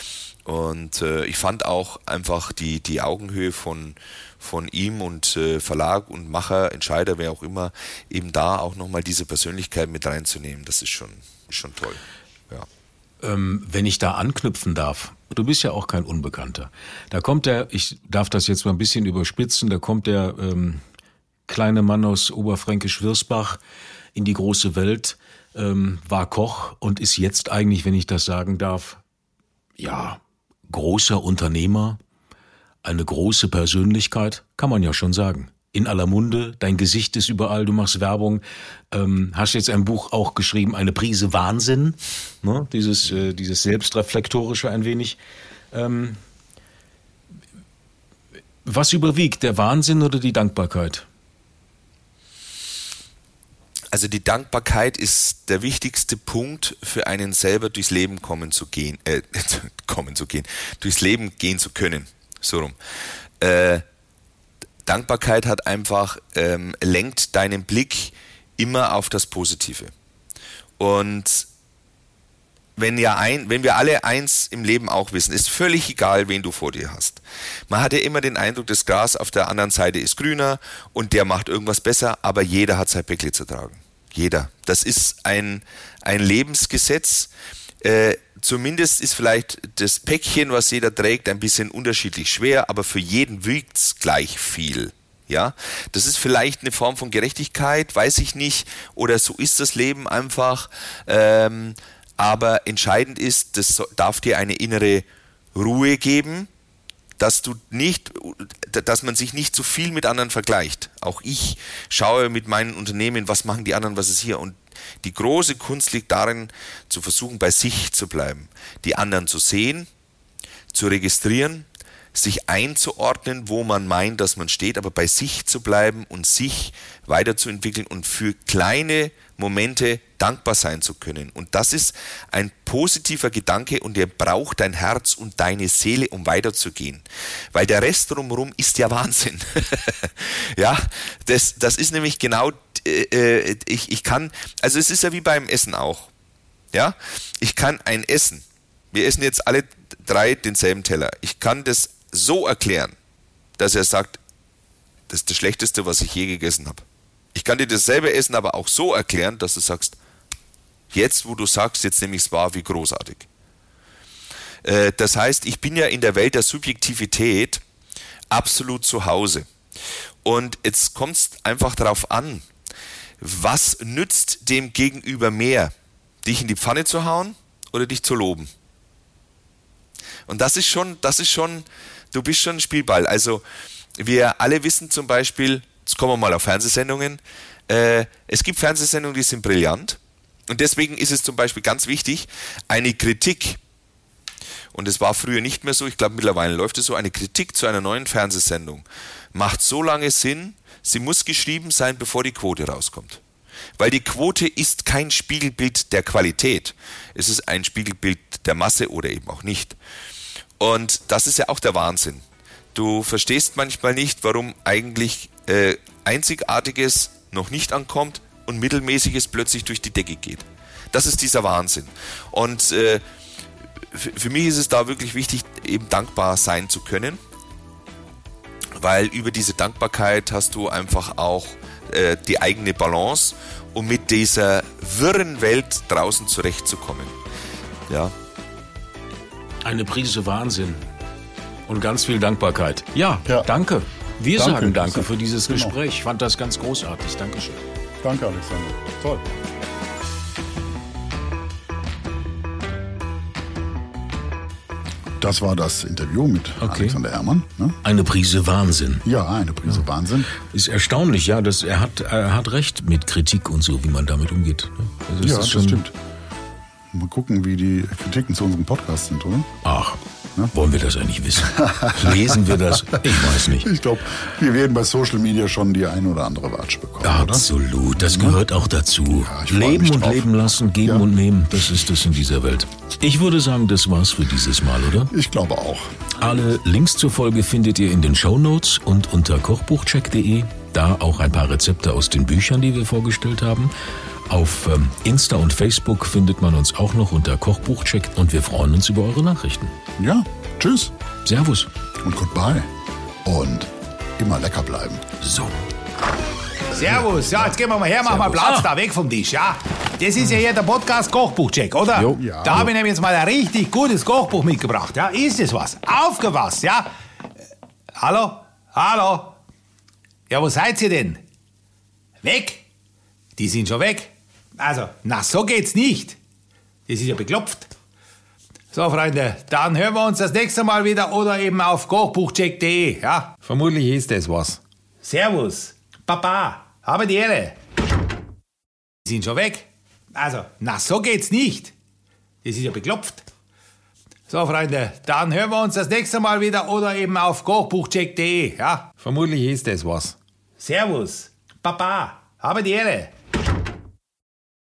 Und ich fand auch einfach die Augenhöhe von ihm und Verlag und Macher, Entscheider, wer auch immer, eben da auch nochmal diese Persönlichkeit mit reinzunehmen, das ist schon toll. Ja. Wenn ich da anknüpfen darf, du bist ja auch kein Unbekannter. Da kommt ich darf das jetzt mal ein bisschen überspitzen, da kommt der kleine Mann aus Oberfränkisch-Wirsbach in die große Welt, war Koch und ist jetzt eigentlich, wenn ich das sagen darf, ja, großer Unternehmer, eine große Persönlichkeit, kann man ja schon sagen. In aller Munde, dein Gesicht ist überall, du machst Werbung, hast jetzt ein Buch auch geschrieben, eine Prise Wahnsinn, ne? Dieses Selbstreflektorische ein wenig. Was überwiegt, der Wahnsinn oder die Dankbarkeit? Also die Dankbarkeit ist der wichtigste Punkt für einen selber durchs Leben durchs Leben gehen zu können, so rum. Dankbarkeit hat einfach, lenkt deinen Blick immer auf das Positive. Und wenn wir alle eins im Leben auch wissen, ist völlig egal, wen du vor dir hast. Man hat ja immer den Eindruck, das Gras auf der anderen Seite ist grüner und der macht irgendwas besser, aber jeder hat sein Päckchen zu tragen. Jeder. Das ist ein Lebensgesetz. Zumindest ist vielleicht das Päckchen, was jeder trägt, ein bisschen unterschiedlich schwer, aber für jeden wiegt's gleich viel. Ja, das ist vielleicht eine Form von Gerechtigkeit, weiß ich nicht, oder so ist das Leben einfach. Aber entscheidend ist, das darf dir eine innere Ruhe geben, dass man sich nicht zu viel mit anderen vergleicht. Auch ich schaue mit meinen Unternehmen, was machen die anderen, was ist hier. Und die große Kunst liegt darin, zu versuchen, bei sich zu bleiben, die anderen zu sehen, zu registrieren, sich einzuordnen, wo man meint, dass man steht, aber bei sich zu bleiben und sich weiterzuentwickeln und für kleine Momente dankbar sein zu können. Und das ist ein positiver Gedanke und der braucht dein Herz und deine Seele, um weiterzugehen. Weil der Rest drumherum ist ja Wahnsinn. Ja, das ist nämlich genau, also es ist ja wie beim Essen auch. Ja, ich kann ein Essen, wir essen jetzt alle 3 denselben Teller. Ich kann das so erklären, dass er sagt, das ist das Schlechteste, was ich je gegessen habe. Ich kann dir dasselbe Essen aber auch so erklären, dass du sagst, jetzt wo du sagst, jetzt nehme ich es wahr, wie großartig. Das heißt, ich bin ja in der Welt der Subjektivität absolut zu Hause. Und jetzt kommt es einfach darauf an, was nützt dem Gegenüber mehr, dich in die Pfanne zu hauen oder dich zu loben? Und das ist schon, du bist schon ein Spielball. Also wir alle wissen zum Beispiel, jetzt kommen wir mal auf Fernsehsendungen, es gibt Fernsehsendungen, die sind brillant und deswegen ist es zum Beispiel ganz wichtig, eine Kritik, und es war früher nicht mehr so, ich glaube mittlerweile läuft es so, eine Kritik zu einer neuen Fernsehsendung macht so lange Sinn, sie muss geschrieben sein, bevor die Quote rauskommt. Weil die Quote ist kein Spiegelbild der Qualität, es ist ein Spiegelbild der Masse oder eben auch nicht. Und das ist ja auch der Wahnsinn. Du verstehst manchmal nicht, warum eigentlich Einzigartiges noch nicht ankommt und Mittelmäßiges plötzlich durch die Decke geht. Das ist dieser Wahnsinn. Und für mich ist es da wirklich wichtig, eben dankbar sein zu können, weil über diese Dankbarkeit hast du einfach auch die eigene Balance, um mit dieser wirren Welt draußen zurechtzukommen. Ja. Eine Prise Wahnsinn und ganz viel Dankbarkeit. Ja. Danke. Wir Danke. sagen danke für dieses Gespräch. Ich fand das ganz großartig. Dankeschön. Danke, Alexander. Toll. Das war das Interview mit Alexander Herrmann. Ne? Eine Prise Wahnsinn. Ja, eine Prise Wahnsinn. Ist erstaunlich, ja, dass er hat recht mit Kritik und so, wie man damit umgeht. Also ja, das stimmt. Mal gucken, wie die Kritiken zu unserem Podcast sind, oder? Ach, wollen wir das eigentlich wissen? Lesen wir das? Ich weiß nicht. Ich glaube, wir werden bei Social Media schon die ein oder andere Watsche bekommen, Absolut, oder? Das gehört auch dazu. Ja, leben und leben lassen, geben und nehmen, das ist es in dieser Welt. Ich würde sagen, das war's für dieses Mal, oder? Ich glaube auch. Alle Links zur Folge findet ihr in den Shownotes und unter kochbuchcheck.de. Da auch ein paar Rezepte aus den Büchern, die wir vorgestellt haben. Auf Insta und Facebook findet man uns auch noch unter Kochbuchcheck und wir freuen uns über eure Nachrichten. Ja, Tschüss Servus. und goodbye. Und immer lecker bleiben. So. Servus, ja, jetzt gehen wir mal her, machen wir Platz da, weg vom Tisch, ja. Das ist ja hier der Podcast Kochbuch-Check, oder? Jo. Ja. Da habe ich nämlich jetzt mal ein richtig gutes Kochbuch mitgebracht, ja. Ist es was? Aufgepasst, ja. Hallo? Hallo? Ja, wo seid ihr denn? Weg? Die sind schon weg. Also, na, so geht's nicht. Das ist ja beklopft. So, Freunde, dann hören wir uns das nächste Mal wieder oder eben auf kochbuchcheck.de, ja. Vermutlich ist das was. Servus. Papa, habe die Ehre. Die sind schon weg. Also, na, so geht's nicht. Das ist ja beklopft. So, Freunde, dann hören wir uns das nächste Mal wieder oder eben auf kochbuchcheck.de, ja. Vermutlich ist das was. Servus. Papa, habe die Ehre.